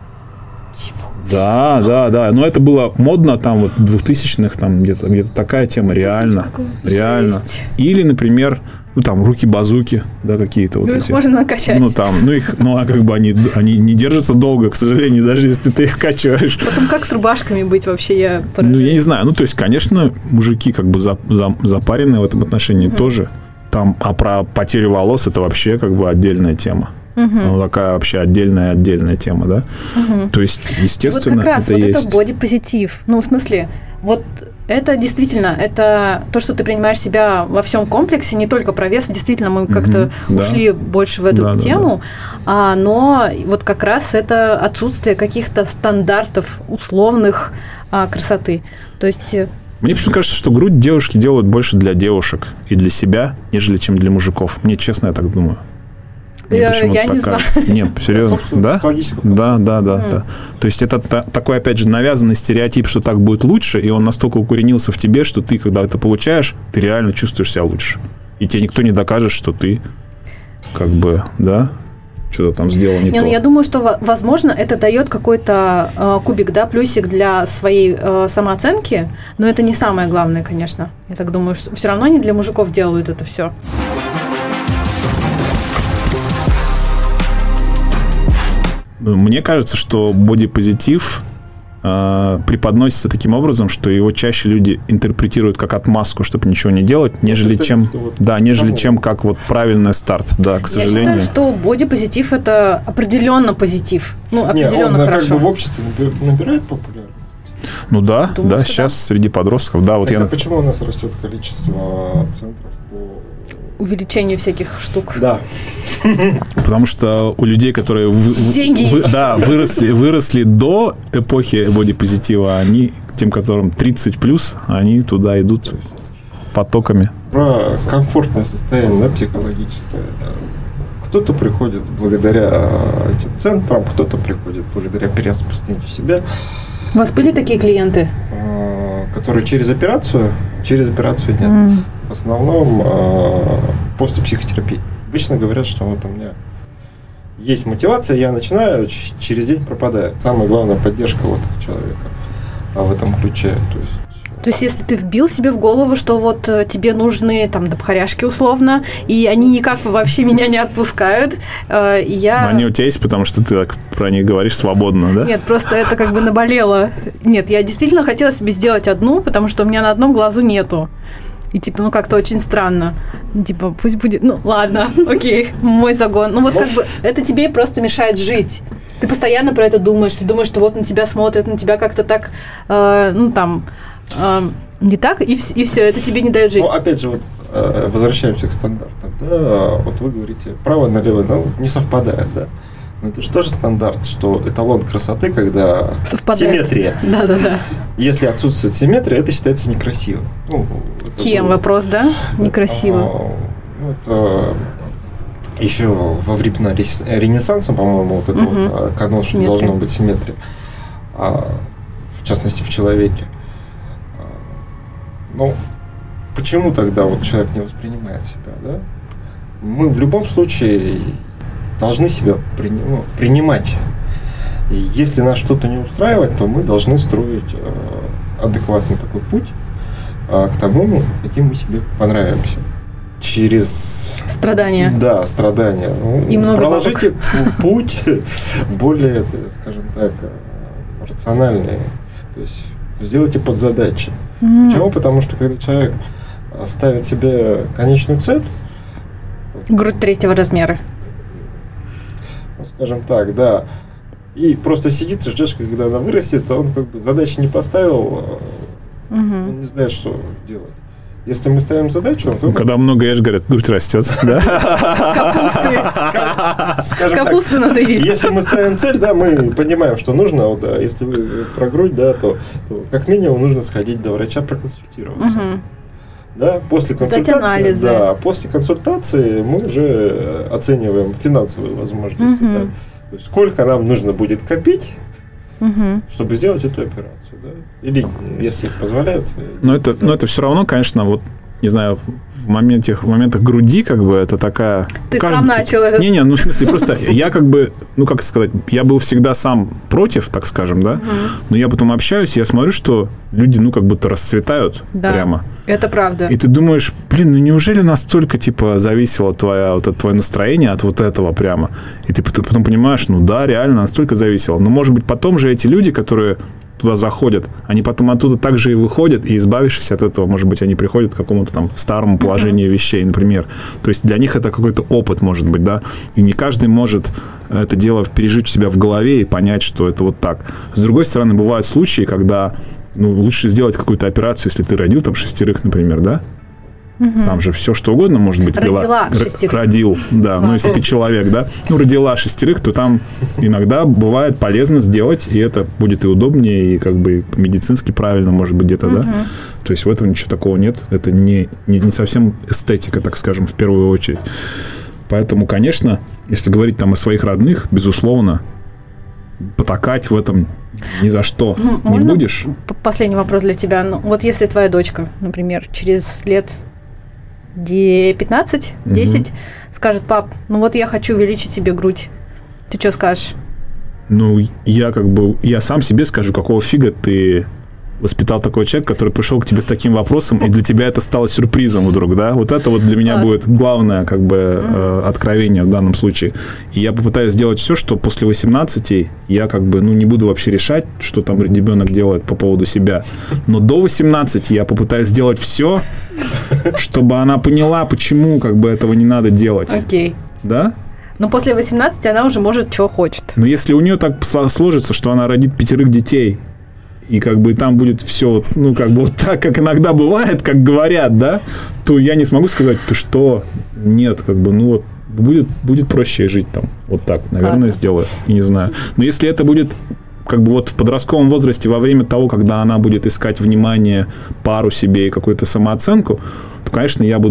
Да. Но это было модно там вот в 2000-х, там где-то такая тема, реально. Или, например, там руки-базуки, да, какие-то вот эти. Их можно накачать. Как бы они не держатся долго, к сожалению, даже если ты их качаешь. Потом как с рубашками быть вообще, я не знаю. То есть, конечно, мужики как бы запаренные в этом отношении тоже. Там, а про потерю волос это вообще как бы отдельная тема. Такая вообще отдельная тема, да? То есть, естественно, вот как раз это есть. Это бодипозитив. В смысле, вот это действительно, это то, что ты принимаешь себя во всем комплексе, не только про вес, действительно, мы как-то ушли больше в эту тему, но вот как раз это отсутствие каких-то стандартов условных красоты. То есть... Мне почему-то кажется, что грудь девушки делают больше для девушек и для себя, нежели чем для мужиков. Мне, честно, я так думаю. Я не знаю. Нет, серьезно, да? Да. То есть это такой, опять же, навязанный стереотип, что так будет лучше, и он настолько укоренился в тебе, что ты, когда это получаешь, ты реально чувствуешь себя лучше. И тебе никто не докажет, что ты как бы, да, что-то там сделал не то. Я думаю, что, возможно, это дает какой-то кубик, да, плюсик для своей самооценки, но это не самое главное, конечно. Я так думаю, что все равно они для мужиков делают это все. Мне кажется, что бодипозитив преподносится таким образом, что его чаще люди интерпретируют как отмазку, чтобы ничего не делать, нежели чем как вот правильный старт, да, к сожалению. Я считаю, что бодипозитив – это определенно позитив. Определенно он хорошо. Как бы в обществе набирает популярность. Думаю, да, сейчас среди подростков, да. Почему у нас растет количество центров по увеличению всяких штук? Да. Потому что у людей, которые выросли до эпохи бодипозитива, они, тем, которым 30+, они туда идут потоками. Про комфортное состояние, да, психологическое. Кто-то приходит благодаря этим центрам, кто-то приходит благодаря переосмыслению себя. У вас были такие клиенты? Которые через операцию? Через операцию нет. В основном после психотерапии. Обычно говорят, что вот у меня есть мотивация, я начинаю, через день пропадает. Самая главная поддержка вот человека в этом ключе. То есть, если ты вбил себе в голову, что вот тебе нужны там допхаряшки условно, и они никак вообще меня не отпускают, я... Но они у тебя есть, потому что ты так про них говоришь свободно, да? Нет, просто это как бы наболело. Нет, я действительно хотела себе сделать одну, потому что у меня на одном глазу нету. И типа, ну как-то очень странно. Типа, пусть будет... Ну, ладно, окей, мой загон. Ну вот как бы это тебе просто мешает жить. Ты постоянно про это думаешь. Ты думаешь, что вот на тебя смотрят, на тебя как-то так, не так, и все, это тебе не дает жить. Ну, опять же, вот возвращаемся к стандартам. Да? Вот вы говорите, право налево, не совпадает, да? Но это же тоже стандарт, что эталон красоты, когда совпадает. Симметрия. Да. Если отсутствует симметрия, это считается некрасивым. Кем вопрос, да? Некрасиво. Еще во времена Ренессанса, по-моему, вот это вот канон, что должна быть симметрия. В частности, в человеке. Ну, почему тогда вот человек не воспринимает себя, да? Мы в любом случае должны себя принимать. И если нас что-то не устраивает, то мы должны строить адекватный такой путь к тому, каким мы себе понравимся. Через... Страдания. Да, страдания. И много проложите путь более, скажем так, рациональный. То есть сделайте подзадачи. Почему? Потому что когда человек ставит себе конечную цель... Грудь 3-го размера. Скажем так, да. И просто сидит и ждешь, когда она вырастет, а он как бы задачи не поставил, он не знает, что делать. Если мы ставим задачу... То когда много ешь, говорят, грудь растет. Капусты надо есть. Если мы ставим цель, да, мы понимаем, что нужно. Вот, да, если вы про грудь, да, то как минимум нужно сходить до врача, проконсультироваться. Да, после консультации, да, после консультации мы уже оцениваем финансовые возможности. Да. То есть сколько нам нужно будет копить, чтобы сделать эту операцию, да? Или если позволяет. Но это все равно, конечно, вот не знаю, в моментах груди, как бы, это такая... Ты сам начал это. Не, ну, в смысле, просто я как бы, ну, как сказать, я был всегда сам против, так скажем, да, но я потом общаюсь, и я смотрю, что люди, ну, как будто расцветают прямо. Это правда. И ты думаешь, блин, ну, неужели настолько, типа, зависело твое настроение от вот этого прямо? И ты потом понимаешь, ну, да, реально настолько зависело. Но, может быть, потом же эти люди, которые туда заходят, они потом оттуда также и выходят, и избавившись от этого, может быть, они приходят к какому-то там старому положению вещей, например. То есть для них это какой-то опыт, может быть, да, и не каждый может это дело пережить у себя в голове и понять, что это вот так. С другой стороны, бывают случаи, когда лучше сделать какую-то операцию, если ты родил там 6, например, да? Там же все что угодно может быть. Родила 6. Родил, да. Но если ты человек, да, родила 6, то там иногда бывает полезно сделать, и это будет и удобнее, и как бы медицински правильно, может быть, где-то, да. То есть в этом ничего такого нет. Это не совсем эстетика, так скажем, в первую очередь. Поэтому, конечно, если говорить там о своих родных, безусловно, потакать в этом ни за что не будешь. Последний вопрос для тебя. Ну, вот если твоя дочка, например, через лет 15-10 скажет: пап, ну вот я хочу увеличить себе грудь, ты что скажешь? Ну, я сам себе скажу, какого фига ты воспитал такой человек, который пришел к тебе с таким вопросом, и для тебя это стало сюрпризом вдруг, да? Вот это вот для меня будет главное, как бы, откровение в данном случае. И я попытаюсь сделать все, что после 18 я как бы, не буду вообще решать, что там ребенок делает по поводу себя. Но до 18 я попытаюсь сделать все, чтобы она поняла, почему как бы этого не надо делать. Окей. Да? Но после 18 она уже может, что хочет. Но если у нее так сложится, что она родит 5 детей, и как бы там будет все, как бы вот так, как иногда бывает, как говорят, да, то я не смогу сказать: ты что? Нет, как бы, будет проще жить там. Вот так, наверное, сделаю. И не знаю. Но если это будет как бы вот в подростковом возрасте, во время того, когда она будет искать внимание, пару себе и какую-то самооценку, то, конечно, я буду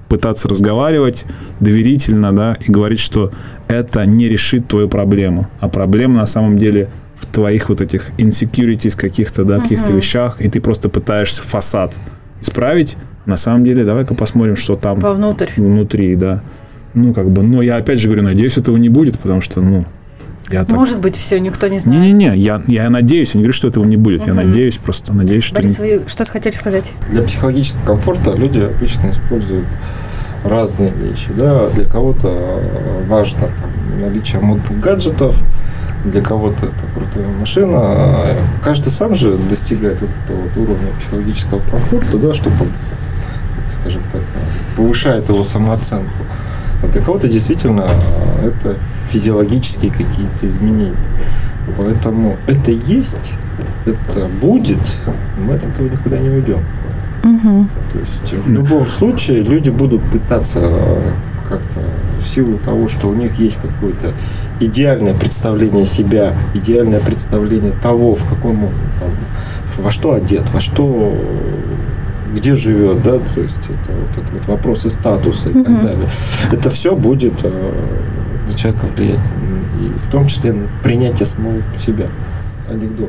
пытаться разговаривать доверительно, да, и говорить, что это не решит твою проблему, а проблема на самом деле в твоих вот этих insecurities каких-то, да, каких-то вещах, и ты просто пытаешься фасад исправить. На самом деле, давай-ка посмотрим, что там внутри, да. Ну, как бы, но я опять же говорю, надеюсь, этого не будет, потому что, я так... Может быть, все, никто не знает. Не-не-не, я надеюсь, я не говорю, что этого не будет. Я надеюсь, что... Борис, вы что-то хотели сказать? Для психологического комфорта люди обычно используют разные вещи, да. Для кого-то важно там, наличие модных гаджетов, для кого-то это крутая машина. Каждый сам же достигает вот этого вот уровня психологического комфорта, да, что, скажем так, повышает его самооценку. А для кого-то действительно это физиологические какие-то изменения. Поэтому это есть, это будет, мы от этого никуда не уйдем. То есть в любом случае люди будут пытаться как-то в силу того, что у них есть какое-то идеальное представление себя, идеальное представление того, в каком он, там, во что одет, во что, где живет, да, то есть это вот вопросы статуса и так далее. Это все будет на человека влиять, и в том числе на принятие самого себя. Анекдот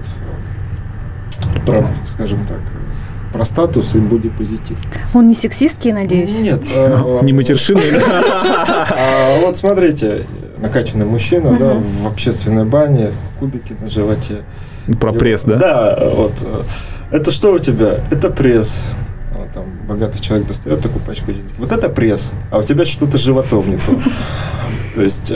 про, скажем так, про статус и бодипозитив. Он не сексистский, надеюсь? Нет. Не матершинный. Вот смотрите, накачанный мужчина, да, в общественной бане, кубики на животе. Про пресс, да? Да, вот. Это что у тебя? Это пресс. Там богатый человек достает такую пачку денег. Вот это пресс, а у тебя что-то с животом не то. То есть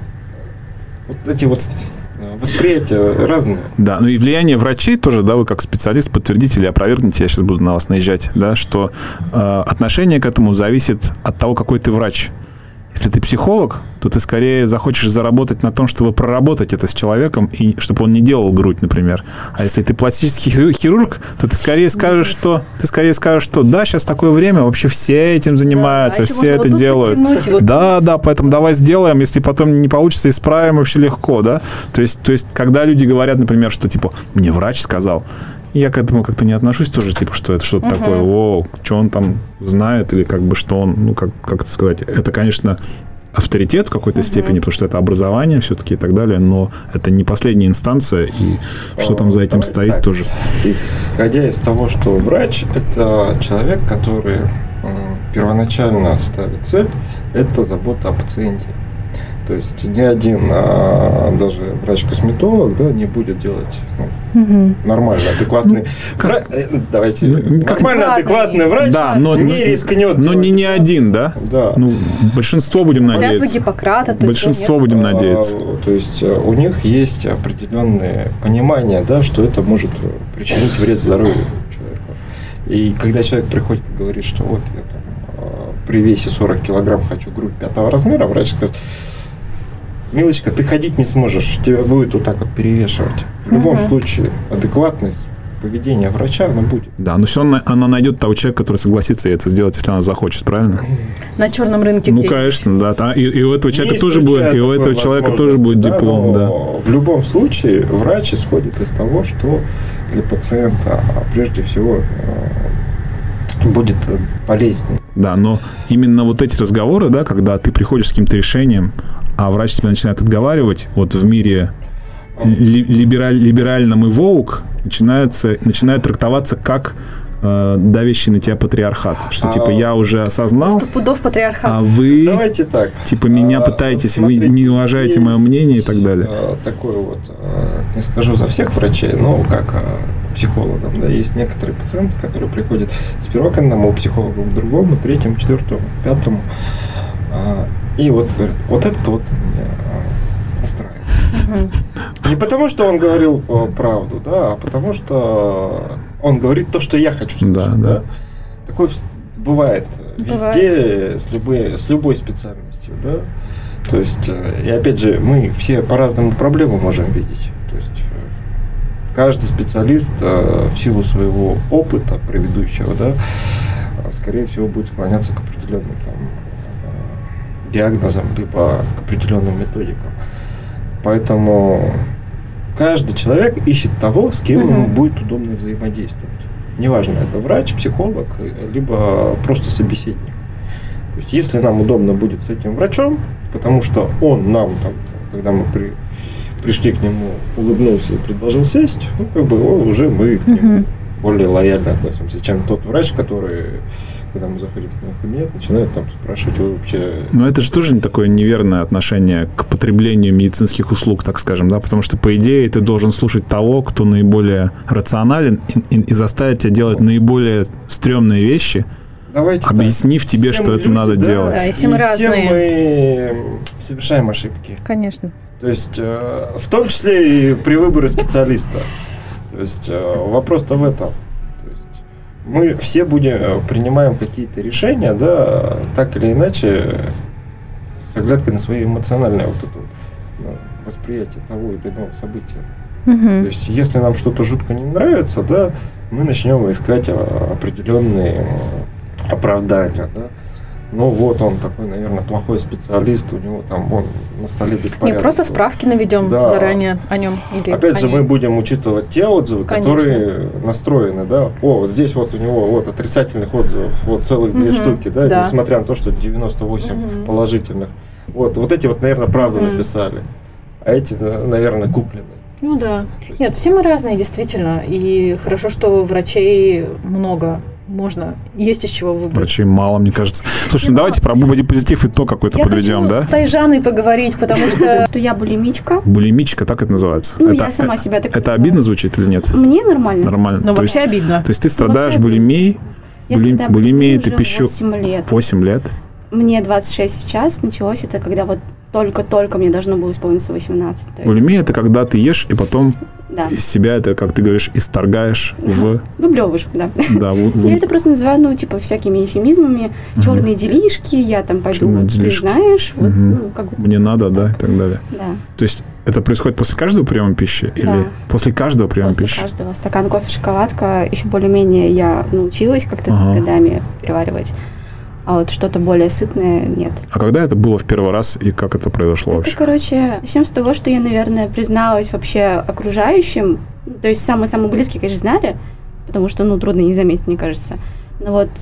вот эти вот восприятия разные. Да, ну и влияние врачей тоже, да, вы как специалист подтвердите или опровергните, я сейчас буду на вас наезжать, да, что отношение к этому зависит от того, какой ты врач. Если ты психолог, то ты скорее захочешь заработать на том, чтобы проработать это с человеком, и чтобы он не делал грудь, например. А если ты пластический хирург, то ты скорее скажешь, что да, сейчас такое время, вообще все этим занимаются, все это делают. Да, поэтому давай сделаем, если потом не получится, исправим вообще легко, да. То есть, когда люди говорят, например, что типа мне врач сказал, я к этому как-то не отношусь тоже, типа, что это что-то такое, что он там знает, или как бы что он, ну, как это сказать, это, конечно, авторитет в какой-то степени, потому что это образование все-таки и так далее, но это не последняя инстанция, и что там за этим стоит так, тоже. Исходя из того, что врач – это человек, который первоначально ставит цель, это забота о пациенте. То есть ни один, даже врач-косметолог, да, не будет делать нормально адекватный врач. Давайте. Нормально адекватный врач не рискнет. Но не один, да? Да. Ну, большинство будем надеяться. Клятва Гиппократа. Большинство будем надеяться. То есть у них есть определенное понимание, да, что это может причинить вред здоровью человека. И когда человек приходит и говорит, что вот я там при весе 40 килограмм хочу грудь 5 размера, врач скажет: милочка, ты ходить не сможешь, тебя будет вот так вот перевешивать. В любом случае, адекватность поведения врача, она будет. Да, но все равно она найдет того человека, который согласится это сделать, если она захочет, правильно? На черном рынке. Ну, конечно, да. И у этого человека тоже будет, и у этого человека тоже будет диплом, да. В любом случае, врач исходит из того, что для пациента, прежде всего, будет полезнее. Да, но именно вот эти разговоры, да, когда ты приходишь с каким-то решением, а врач тебя начинает отговаривать, вот в мире либеральном и воук начинает трактоваться как давящий на тебя патриархат. Что типа я уже осознал, стопудов патриархат. А вы давайте так. Типа меня пытаетесь, смотрите, вы не уважаете мое мнение и так далее. Такое вот, не скажу за всех врачей, но как психологам, да, есть некоторые пациенты, которые приходят сперва к одному психологу, к другому, к третьему, четвертому, пятому. И вот говорят, вот это вот меня устраивает. Не потому, что он говорил правду, да, а потому, что он говорит то, что я хочу слышать. Да. Такое бывает везде, с любой специальностью. Да? То есть, и опять же, мы все по-разному проблему можем видеть. То есть, каждый специалист в силу своего опыта предыдущего, да, скорее всего, будет склоняться к определенным диагнозам, либо к определенным методикам. Поэтому каждый человек ищет того, с кем ему будет удобно взаимодействовать. Неважно, это врач, психолог, либо просто собеседник. То есть, если нам удобно будет с этим врачом, потому что он нам, там, когда мы пришли к нему, улыбнулся и предложил сесть, ну, как бы уже мы к нему более лояльно относимся, чем тот врач, который, когда мы заходим в его кабинет, начинает там спрашивать, вы вообще... Но это же тоже такое неверное отношение к потреблению медицинских услуг, так скажем, да, потому что, по идее, ты должен слушать того, кто наиболее рационален и заставить тебя делать наиболее стрёмные вещи, давайте объяснив тебе, что это надо делать. Да, и все мы разные. Все мы совершаем ошибки. Конечно. То есть, в том числе и при выборе специалиста. То есть, вопрос-то в этом. То есть, мы все принимаем какие-то решения, да, так или иначе, с оглядкой на свои эмоциональное восприятие того или иного события. То есть, если нам что-то жутко не нравится, да, мы начнем искать определенные оправдания, да. Ну вот он такой, наверное, плохой специалист, у него там на столе беспорядок. Не, просто справки наведем заранее о нем. Или опять же, мы будем учитывать те отзывы, которые настроены, да. Вот здесь вот у него отрицательных отзывов, целых 2 штуки, да, несмотря на то, что 98 положительных. Вот эти наверное, правду написали, а эти, наверное, куплены. Ну да. Нет, все мы разные, действительно. И хорошо, что врачей много. Можно. Есть из чего выбрать. Врачей мало, мне кажется. Слушай, давайте про бодипозитив итог какой-то подведем, да? Я хочу с Тайжаной поговорить, потому что... Что я булимичка. Булимичка, так это называется? Ну, я сама себя так Это обидно звучит или нет? Мне нормально. Нормально. Но вообще обидно. То есть ты страдаешь булимией? Булимией ты пищу... 8 лет. 8 лет? Мне 26 сейчас. Началось это, когда только-только мне должно было исполниться 18. Булимия – это когда ты ешь, и потом из себя это, как ты говоришь, исторгаешь в... Выблевываешь, да. Да, я это просто называю, всякими эфемизмами. Черные делишки, я там пойду, ты знаешь. Мне надо, да, и так далее. Да. То есть это происходит после каждого приема пищи? Или после каждого приема пищи? После каждого. Стакан кофе, шоколадка. Еще более-менее я научилась как-то с годами переваривать. А вот что-то более сытное нет. А когда это было в первый раз и как это произошло вообще? Начнем с того, что я, наверное, призналась вообще окружающим. То есть самые-самые близкие, конечно, знали, потому что, трудно не заметить, мне кажется. Но вот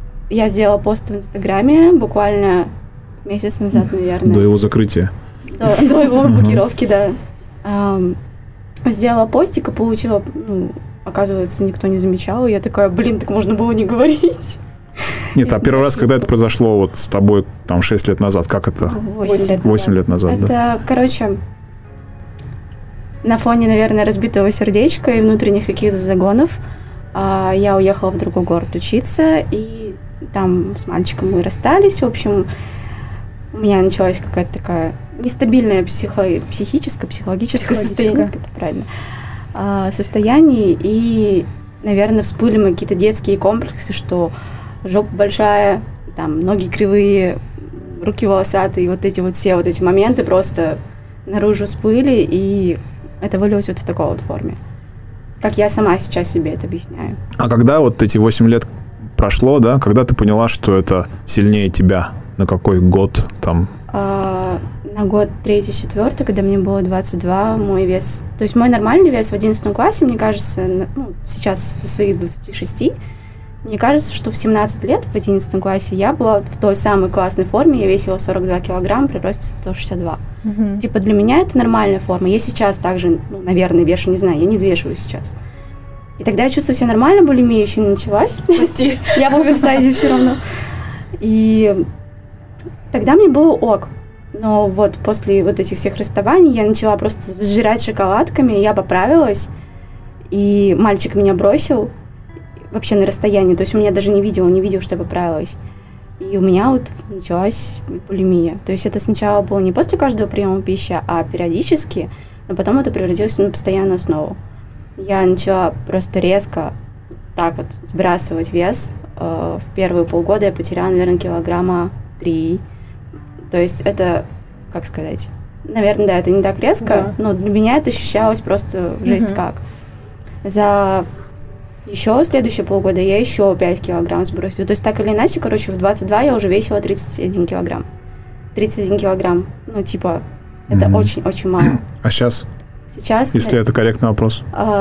я сделала пост в Инстаграме буквально месяц назад, наверное. До его закрытия. До его блокировки, да. Сделала постик и получила, оказывается, никто не замечал. И я такая, так можно было не говорить. Нет, а первый раз, когда это произошло с тобой 6 лет назад, как это? 8 лет назад, да. Это, на фоне, наверное, разбитого сердечка и внутренних каких-то загонов я уехала в другой город учиться, и там с мальчиком мы расстались. В общем, у меня началась какая-то такая нестабильное психологическое состояние, это правильно, состояние, и, наверное, всплыли мои какие-то детские комплексы, что жопа большая, там ноги кривые, руки волосатые, все эти моменты просто наружу всплыли, и это вылилось в такой форме. Как я сама сейчас себе это объясняю. А когда эти 8 лет прошло, да, когда ты поняла, что это сильнее тебя? На какой год там? На год 3-4, когда мне было 22, мой вес... То есть мой нормальный вес в 11 классе, мне кажется, сейчас со своих 26, мне кажется, что в 17 лет, в 11 классе, я была в той самой классной форме, я весила 42 килограмма при росте 162. Для меня это нормальная форма. Я сейчас также, наверное, вешу, не знаю, я не взвешиваю сейчас. И тогда я чувствую себя нормально, булимия еще не началась. Я в оверсайзе все равно. И тогда мне было ок. Но после этих всех расставаний я начала просто сжирать шоколадками, я поправилась, и мальчик меня бросил вообще на расстоянии, то есть у меня даже не видел, что я поправилась. И у меня началась булимия. То есть это сначала было не после каждого приема пищи, а периодически, но потом это превратилось на постоянную основу. Я начала просто резко сбрасывать вес. В первые полгода я потеряла, наверное, 3 килограмма. То есть это, как сказать, наверное, да, это не так резко, но для меня это ощущалось просто жесть как. За еще следующие полгода я еще 5 килограмм сбросила. То есть так или иначе, в 22 я уже весила 31 килограмм. 31 килограмм, это очень-очень мало. А сейчас? Сейчас... Если это корректный вопрос.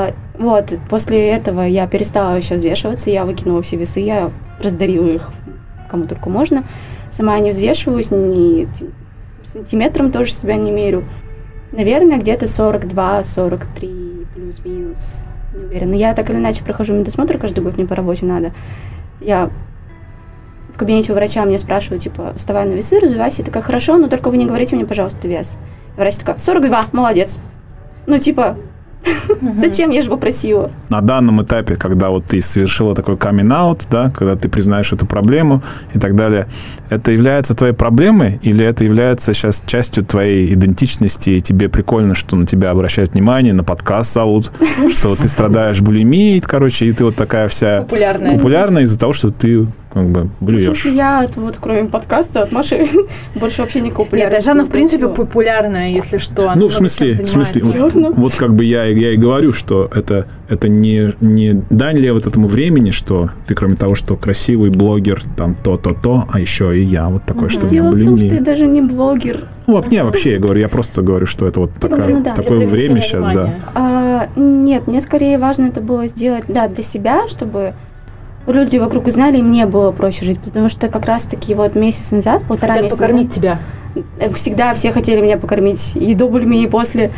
После этого я перестала еще взвешиваться, я выкинула все весы, я раздарила их кому только можно. сама не взвешиваюсь, ни сантиметром тоже себя не мерю. Наверное, где-то 42, 43, плюс-минус. Не уверена. Я так или иначе прохожу медосмотр каждый год, мне по работе надо. Я в кабинете у врача меня спрашивают, типа, вставай на весы, разувайся. Я такая, хорошо, но только вы не говорите мне, пожалуйста, вес. И врач такая, 42, молодец. Ну, типа, зачем, я же попросила. На данном этапе, когда вот ты совершила такой камин-аут, да, когда ты признаешь эту проблему и так далее, это является твоей проблемой или это является сейчас частью твоей идентичности, и тебе прикольно, что на тебя обращают внимание, на подкаст зовут, что ты страдаешь булимией, короче, и ты вот такая вся популярная из-за того, что ты как бы блюешь. Я вот кроме подкаста от Маши больше вообще не популярна. Нет, Жанна в принципе популярная, если что. Ну, в смысле вот как бы я и говорю, что это не дань ли вот этому времени, что ты кроме того, что красивый блогер, там то, а еще и я вот такой, что у меня булимия. Дело в том, что я даже не блогер. Ну, вообще, я просто говорю, что это вот такое время сейчас, да. Нет, мне скорее важно это было сделать, да, для себя, чтобы люди вокруг узнали, и мне было проще жить, потому что как раз-таки вот месяц назад, полтора месяца покормить тебя. Всегда все хотели меня покормить, и до булимии, и после.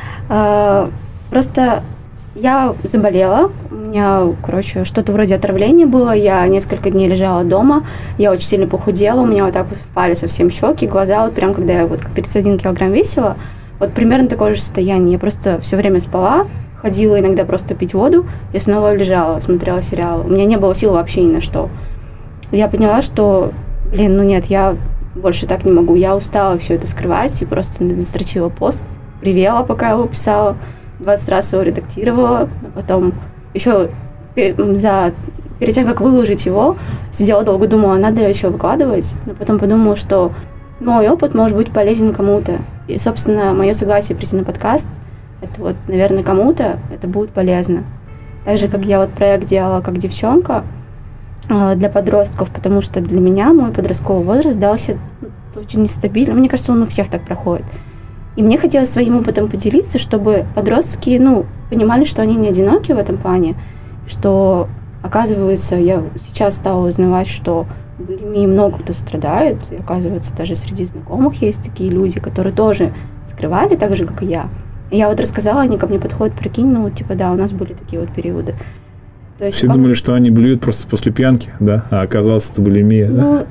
Просто я заболела, у меня, что-то вроде отравления было, я несколько дней лежала дома, я очень сильно похудела, у меня вот так вот впали совсем щеки, глаза, вот прям когда я вот 31 килограмм весила, вот примерно такое же состояние, я просто все время спала, ходила иногда просто пить воду, и снова лежала, смотрела сериалы. У меня не было сил вообще ни на что. Я поняла, что, нет, я больше так не могу. Я устала все это скрывать и просто настрочила пост, ревела, пока его писала, 20 раз его редактировала, а потом еще перед тем, как выложить его, сидела долго, думала, надо ли еще выкладывать, но потом подумала, что мой опыт может быть полезен кому-то. И, собственно, мое согласие прийти на подкаст, это вот, наверное, кому-то это будет полезно. Так же, как я вот проект делала как девчонка для подростков, потому что для меня мой подростковый возраст дался очень нестабильным. Мне кажется, он у всех так проходит. И мне хотелось своим опытом поделиться, чтобы подростки, понимали, что они не одиноки в этом плане, что, оказывается, я сейчас стала узнавать, что булимией много кто страдает, и, оказывается, даже среди знакомых есть такие люди, которые тоже скрывали так же, как и я. И я вот рассказала, они ко мне подходят, прикинь, да, у нас были такие вот периоды. То есть, все думали, что они блюют просто после пьянки, да? А оказалось, это булимия, да?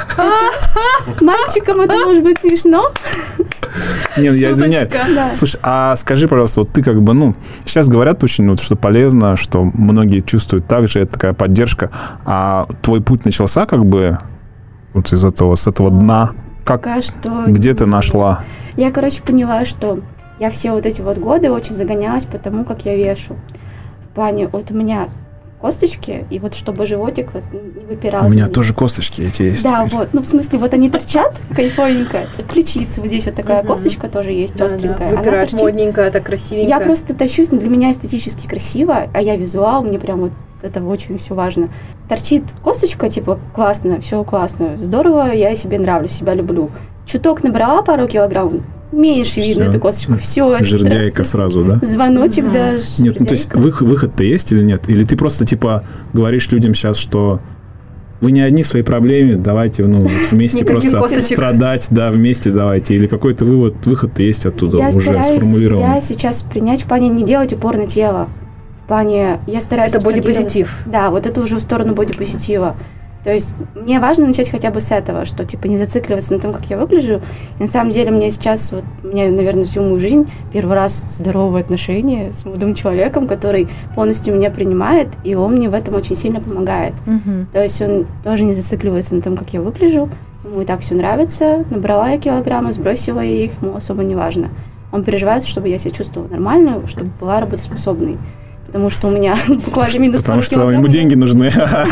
Мальчикам это может быть смешно. Нет, я извиняюсь. Слушай, а скажи, пожалуйста, вот ты как бы, сейчас говорят очень, что полезно, что многие чувствуют так же, это такая поддержка. А твой путь начался как бы вот с этого дна? Где ты нашла? Я, поняла, что я все вот эти вот годы очень загонялась по тому, как я вешу. В плане, вот у меня косточки, и вот чтобы животик вот не выпирал. У меня тоже косточки эти есть. Да, вот. В смысле, вот они торчат кайфовенько. Ключица, вот здесь вот такая косточка тоже есть, остренькая. Выпирает модненькая, так красивенько. Я просто тащусь, для меня эстетически красиво, а я визуал, мне прям вот это очень все важно. Торчит косточка, классно, все классно, здорово, я себе нравлюсь, себя люблю. Чуток набрала пару килограмм, меньше видно эту косточку, все. Жердяйка сразу, да? Звоночек, да. Нет, то есть выход-то есть или нет? Или ты просто, говоришь людям сейчас, что вы не одни в своей проблеме, давайте, вместе просто страдать, да, вместе давайте. Или какой-то выход-то есть оттуда уже сформулирован. Я сейчас принять в плане не делать упор на тело. В плане, я стараюсь... Это бодипозитив. Да, вот это уже в сторону бодипозитива. То есть мне важно начать хотя бы с этого, что не зацикливаться на том, как я выгляжу. И на самом деле мне сейчас, у меня, наверное, всю мою жизнь первый раз здоровые отношения с молодым человеком, который полностью меня принимает, и он мне в этом очень сильно помогает. То есть он тоже не зацикливается на том, как я выгляжу. Ему и так все нравится. Набрала я килограммы, сбросила я их, ему особо не важно. Он переживает, чтобы я себя чувствовала нормально, чтобы была работоспособной. Потому что у меня буквально минус пару килограмм. Потому что ему деньги нужны.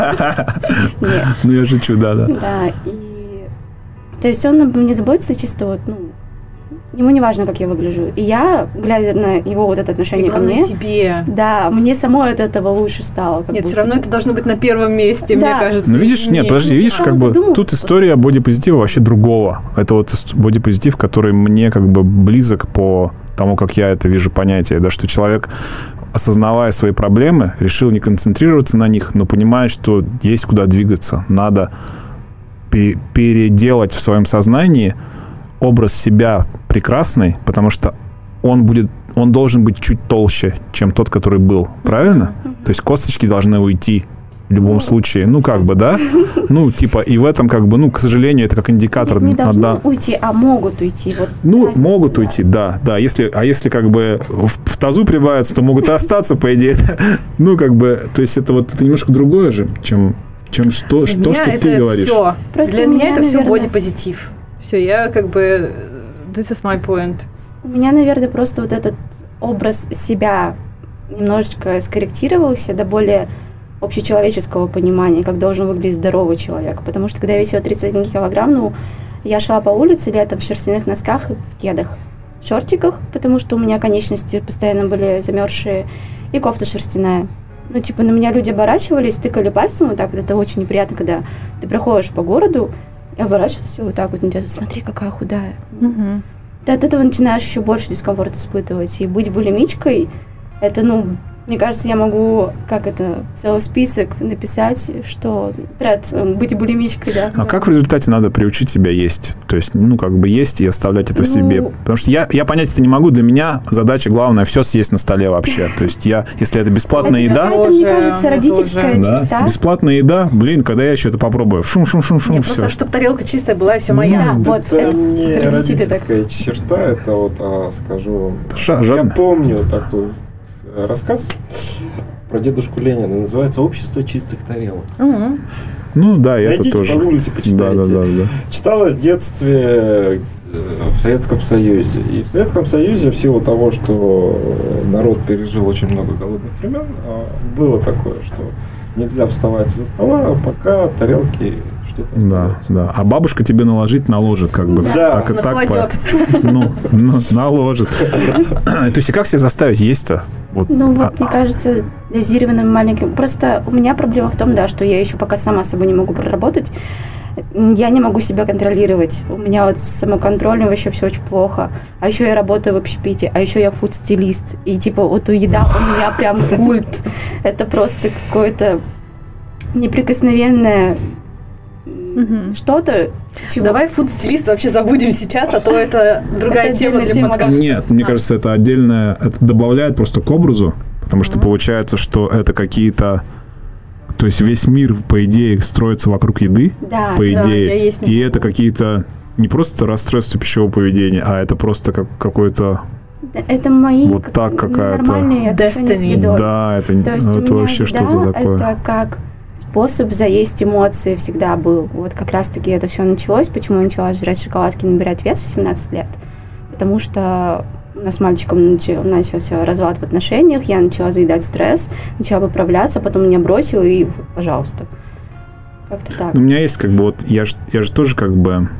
Нет. Я шучу, да. Да, и... То есть он обо мне заботится чисто ему не важно, как я выгляжу. И я, глядя на его вот это отношение ко мне... тебе. Да, мне самой от этого лучше стало. Нет, все равно это должно быть на первом месте, мне кажется. Видишь, видишь, тут история бодипозитива вообще другого. Это вот бодипозитив, который мне близок по тому, как я это вижу понятие, да, что человек, осознавая свои проблемы, решил не концентрироваться на них, но понимает, что есть куда двигаться, надо переделать в своем сознании образ себя прекрасный, потому что он должен быть чуть толще, чем тот, который был. Правильно? То есть косточки должны уйти в любом случае. Ну, как бы, да? Ну, типа, и в этом, как бы, ну, к сожалению, это как индикатор. Не должны уйти, а могут уйти. Вот ну, могут уйти, да. Если как бы в тазу прибавятся, то могут и остаться, по идее. Ну, как бы, то есть это вот немножко другое же, чем что ты говоришь. Все. Для меня это все наверное, бодипозитив. Все, я как бы... This is my point. У меня, наверное, просто вот этот образ себя немножечко скорректировался до более общечеловеческого понимания, как должен выглядеть здоровый человек. Потому что, когда я весила 31 килограмм, ну, я шла по улице летом в шерстяных носках и кедах, в шортиках, потому что у меня конечности постоянно были замерзшие, и кофта шерстяная. Ну, типа, на меня люди оборачивались, тыкали пальцем вот так. Это очень неприятно, когда ты проходишь по городу и оборачиваются вот так вот на тебя. Смотри, какая худая. Угу. Ты от этого начинаешь еще больше дискомфорт испытывать. И быть булимичкой, это, ну, мне кажется, я могу, целый список написать, что, быть булимичкой, да. А как в результате надо приучить себя есть? То есть, ну, как бы есть и оставлять это в себе. Потому что я понять это не могу. Для меня задача главная все съесть на столе вообще. То есть если это бесплатная еда... Это, мне кажется, родительская черта. Бесплатная еда, когда я еще это попробую? Шум-шум-шум-шум, все. Просто, чтобы тарелка чистая была, и все моя. Да, вот это не родительская черта, это вот, скажу... Я помню такой рассказ про дедушку Ленина. Называется «Общество чистых тарелок». Угу. Ну да, найдите, это тоже. погуглите, почитайте. Да. Читалось в детстве в Советском Союзе. И в Советском Союзе, в силу того, что народ пережил очень много голодных времен, было такое, что нельзя вставать из-за стола, пока тарелки что-то остается. Да. А бабушка тебе наложит, как бы. Да. Накладет. Наложит. То есть, и как себя заставить есть-то? Мне кажется, дозированным маленьким. Просто у меня проблема в том, да, что я еще пока сама собой не могу проработать. Я не могу себя контролировать. У меня вот с самоконтролем вообще все очень плохо. А еще я работаю в общепите, а еще я фуд-стилист. И типа вот еда у меня прям культ. Это просто какое-то неприкосновенное что-то. Давай фуд-стилист вообще забудем сейчас, а то это другая тема для подкаста. Нет, мне кажется, это отдельное, это добавляет просто к образу, потому что получается, что это какие-то... То есть весь мир, по идее, строится вокруг еды, по идее, и это какие-то не просто расстройства пищевого поведения, а это просто какой-то... Это мои вот так какая-то... нормальные отношения с едой. Да, это вообще что-то такое. Это как способ заесть эмоции всегда был. Вот как раз-таки это все началось. Почему я начала жрать шоколадки и набирать вес в 17 лет? Потому что у нас с мальчиком начался развод в отношениях, я начала заедать стресс, начала поправляться, потом меня бросил, и, пожалуйста, как-то так. У меня есть как бы вот, я же тоже как бы,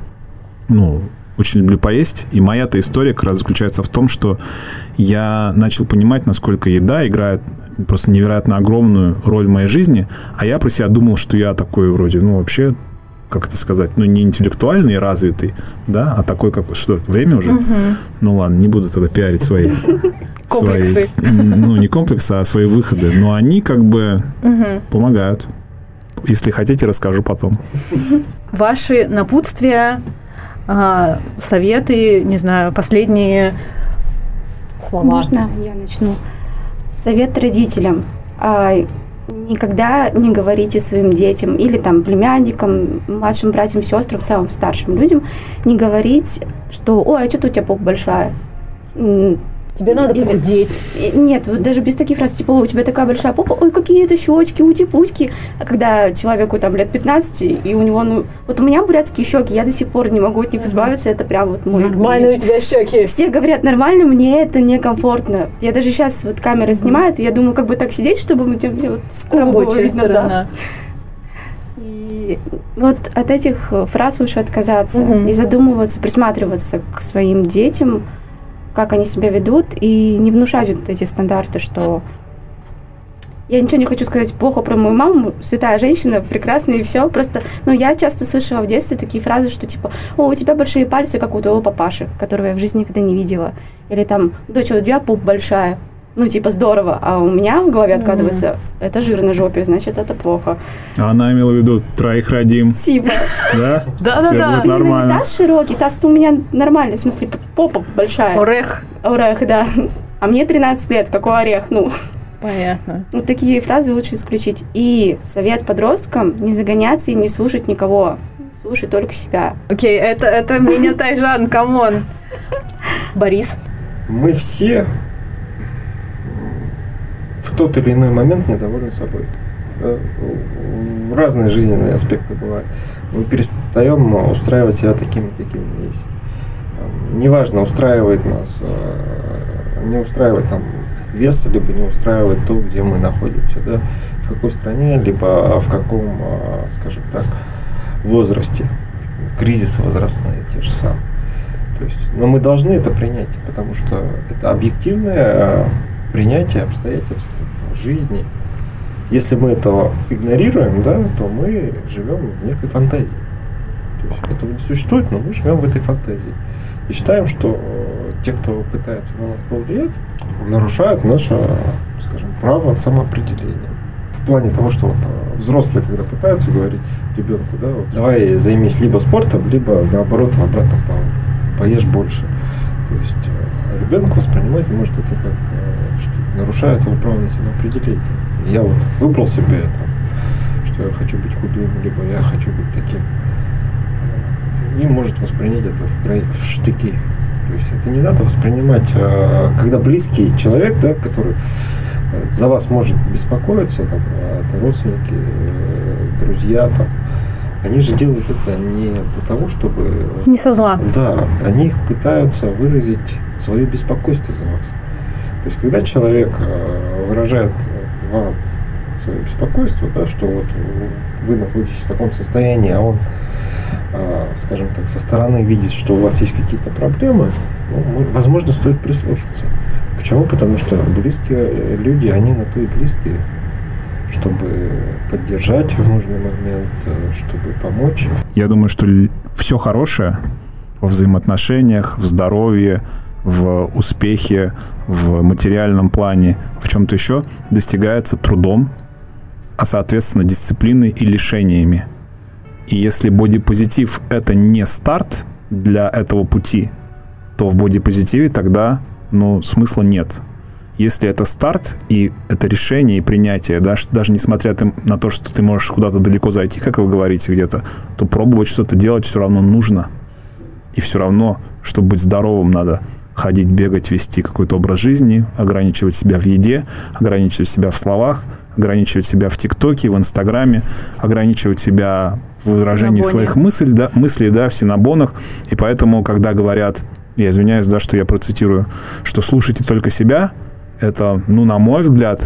очень люблю поесть, и моя-то история как раз заключается в том, что я начал понимать, насколько еда играет просто невероятно огромную роль в моей жизни, а я про себя думал, что я такой вроде, вообще, как это сказать, не интеллектуальный и развитый, да, а такой, как... Что, время уже? Ну ладно, не буду тогда пиарить свои... Комплексы. Не комплексы, а свои выходы. Но они как бы помогают. Если хотите, расскажу потом. Ваши напутствия, советы, не знаю, последние слова. Можно я начну? Совет родителям. Никогда не говорите своим детям или там племянникам, младшим братьям, сестрам, самым старшим людям, не говорить, что «Ой, а что-то у тебя попа большая». Тебе надо похудеть. Нет, вот даже без таких фраз, типа, у тебя такая большая попа, ой, какие это щечки, ути-путьки. А когда человеку там лет 15, и у него, вот у меня бурятские щеки, я до сих пор не могу от них избавиться, это прям вот мой... Нормальные у тебя щеки. Все говорят, нормально, мне это некомфортно. Я даже сейчас, вот камера снимает, и я думаю, как бы так сидеть, чтобы мне вот скулу было видно. Сторона. И вот от этих фраз лучше отказаться и задумываться, присматриваться к своим детям, как они себя ведут, и не внушать вот эти стандарты, что я ничего не хочу сказать плохо про мою маму, святая женщина, прекрасная и все, просто, я часто слышала в детстве такие фразы, что типа, у тебя большие пальцы, как у твоего папаши, которого я в жизни никогда не видела, или там, дочь, у тебя пуп большая, здорово, а у меня в голове откладывается, это жир на жопе, значит, это плохо. А она имела в виду троих родим. Типа. Да? Да. Ты нормально. Таз широкий, таз у меня нормальный, в смысле, попа большая. Орех, да. А мне 13 лет, какой орех, Понятно. Вот такие фразы лучше исключить. И совет подросткам: не загоняться и не слушать никого. Слушай только себя. Окей, это меня Тайжан, камон. Борис? Мы все в тот или иной момент недовольны собой. Разные жизненные аспекты бывают. Мы перестаем устраивать себя такими, какими мы есть. Неважно, устраивает нас, не устраивает там вес, либо не устраивает то, где мы находимся, да, в какой стране, либо в каком, скажем так, возрасте, кризисы возрастные те же самые. То есть, но мы должны это принять, потому что это объективное принятие обстоятельств жизни. Если мы этого игнорируем, да, то мы живем в некой фантазии. То есть этого не существует, но мы живем в этой фантазии. И считаем, что те, кто пытается на нас повлиять, нарушают наше, скажем, право самоопределения. В плане того, что взрослые, когда пытаются говорить ребенку, да, давай займись либо спортом, либо наоборот в обратном поешь больше. То есть ребенок воспринимать не может это как что нарушает его право на самоопределение. Я выбрал себе что я хочу быть худым, либо я хочу быть таким. И может воспринять это в штыки. То есть это не надо воспринимать, когда близкий человек, да, который за вас может беспокоиться, там, это родственники, друзья, там, они же делают это не для того, чтобы... Не со зла. Да, они пытаются выразить свое беспокойство за вас. То есть когда человек выражает вам свое беспокойство, да, что вы находитесь в таком состоянии, а он, скажем так, со стороны видит, что у вас есть какие-то проблемы, возможно, стоит прислушаться. Почему? Потому что близкие люди, они на то и близкие, чтобы поддержать в нужный момент, чтобы помочь. Я думаю, что все хорошее во взаимоотношениях, в здоровье, в успехе, в материальном плане, в чем-то еще достигается трудом, а соответственно дисциплиной и лишениями. И если бодипозитив – это не старт для этого пути, то в бодипозитиве тогда смысла нет. Если это старт, и это решение, и принятие, даже несмотря на то, что ты можешь куда-то далеко зайти, как вы говорите где-то, то пробовать что-то делать все равно нужно. И все равно, чтобы быть здоровым, надо ходить, бегать, вести какой-то образ жизни, ограничивать себя в еде, ограничивать себя в словах, ограничивать себя в ТикТоке, в Инстаграме, ограничивать себя в выражении своих мыслей, в синабонах. И поэтому, когда говорят, я извиняюсь, что я процитирую, что слушайте только себя, это, на мой взгляд,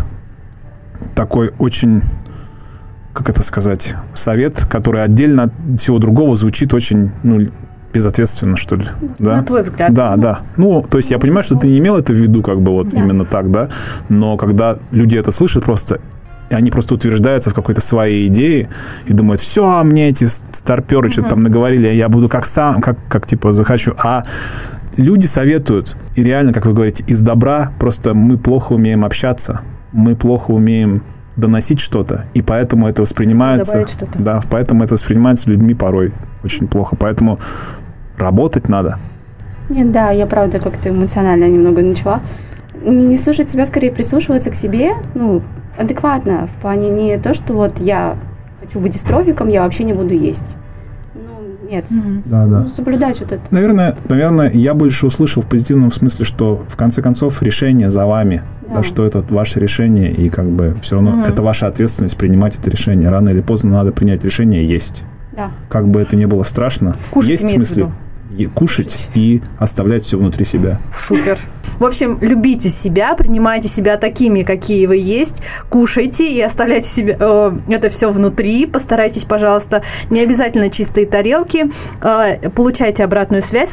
такой очень, как это сказать, совет, который отдельно от всего другого звучит очень, безответственно, что ли. Да? На твой взгляд. Да. То есть я понимаю, что ты не имел это в виду, именно так, да, но когда люди это слышат просто, они просто утверждаются в какой-то своей идее и думают, все, мне эти старперы что-то там наговорили, я буду как сам, как захочу. А люди советуют, и реально, как вы говорите, из добра, просто мы плохо умеем общаться, мы плохо умеем доносить что-то, и поэтому это воспринимается... Да, поэтому это воспринимается людьми порой очень плохо. Поэтому работать надо. Нет, да, я правда как-то эмоционально немного начала. Не слушать себя, скорее прислушиваться к себе, адекватно, в плане не то, что я хочу быть дистрофиком, я вообще не буду есть. Нет, соблюдать это. Наверное, я больше услышал в позитивном смысле, что в конце концов решение за вами, что это ваше решение, и все равно это ваша ответственность принимать это решение. Рано или поздно надо принять решение есть. Да. Как бы это ни было страшно. Кушать есть в смысле кушать и оставлять все внутри себя. Супер. В общем, любите себя, принимайте себя такими, какие вы есть, кушайте и оставляйте себе это все внутри. Постарайтесь, пожалуйста, не обязательно чистые тарелки. Получайте обратную связь,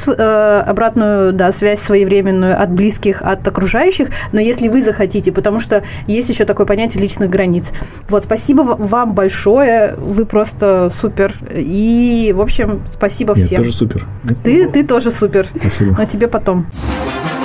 связь своевременную от близких, от окружающих, но если вы захотите, потому что есть еще такое понятие личных границ. Спасибо вам большое, вы просто супер. И, в общем, спасибо всем. Я тоже супер. Ты тоже супер. Спасибо. Но тебе потом.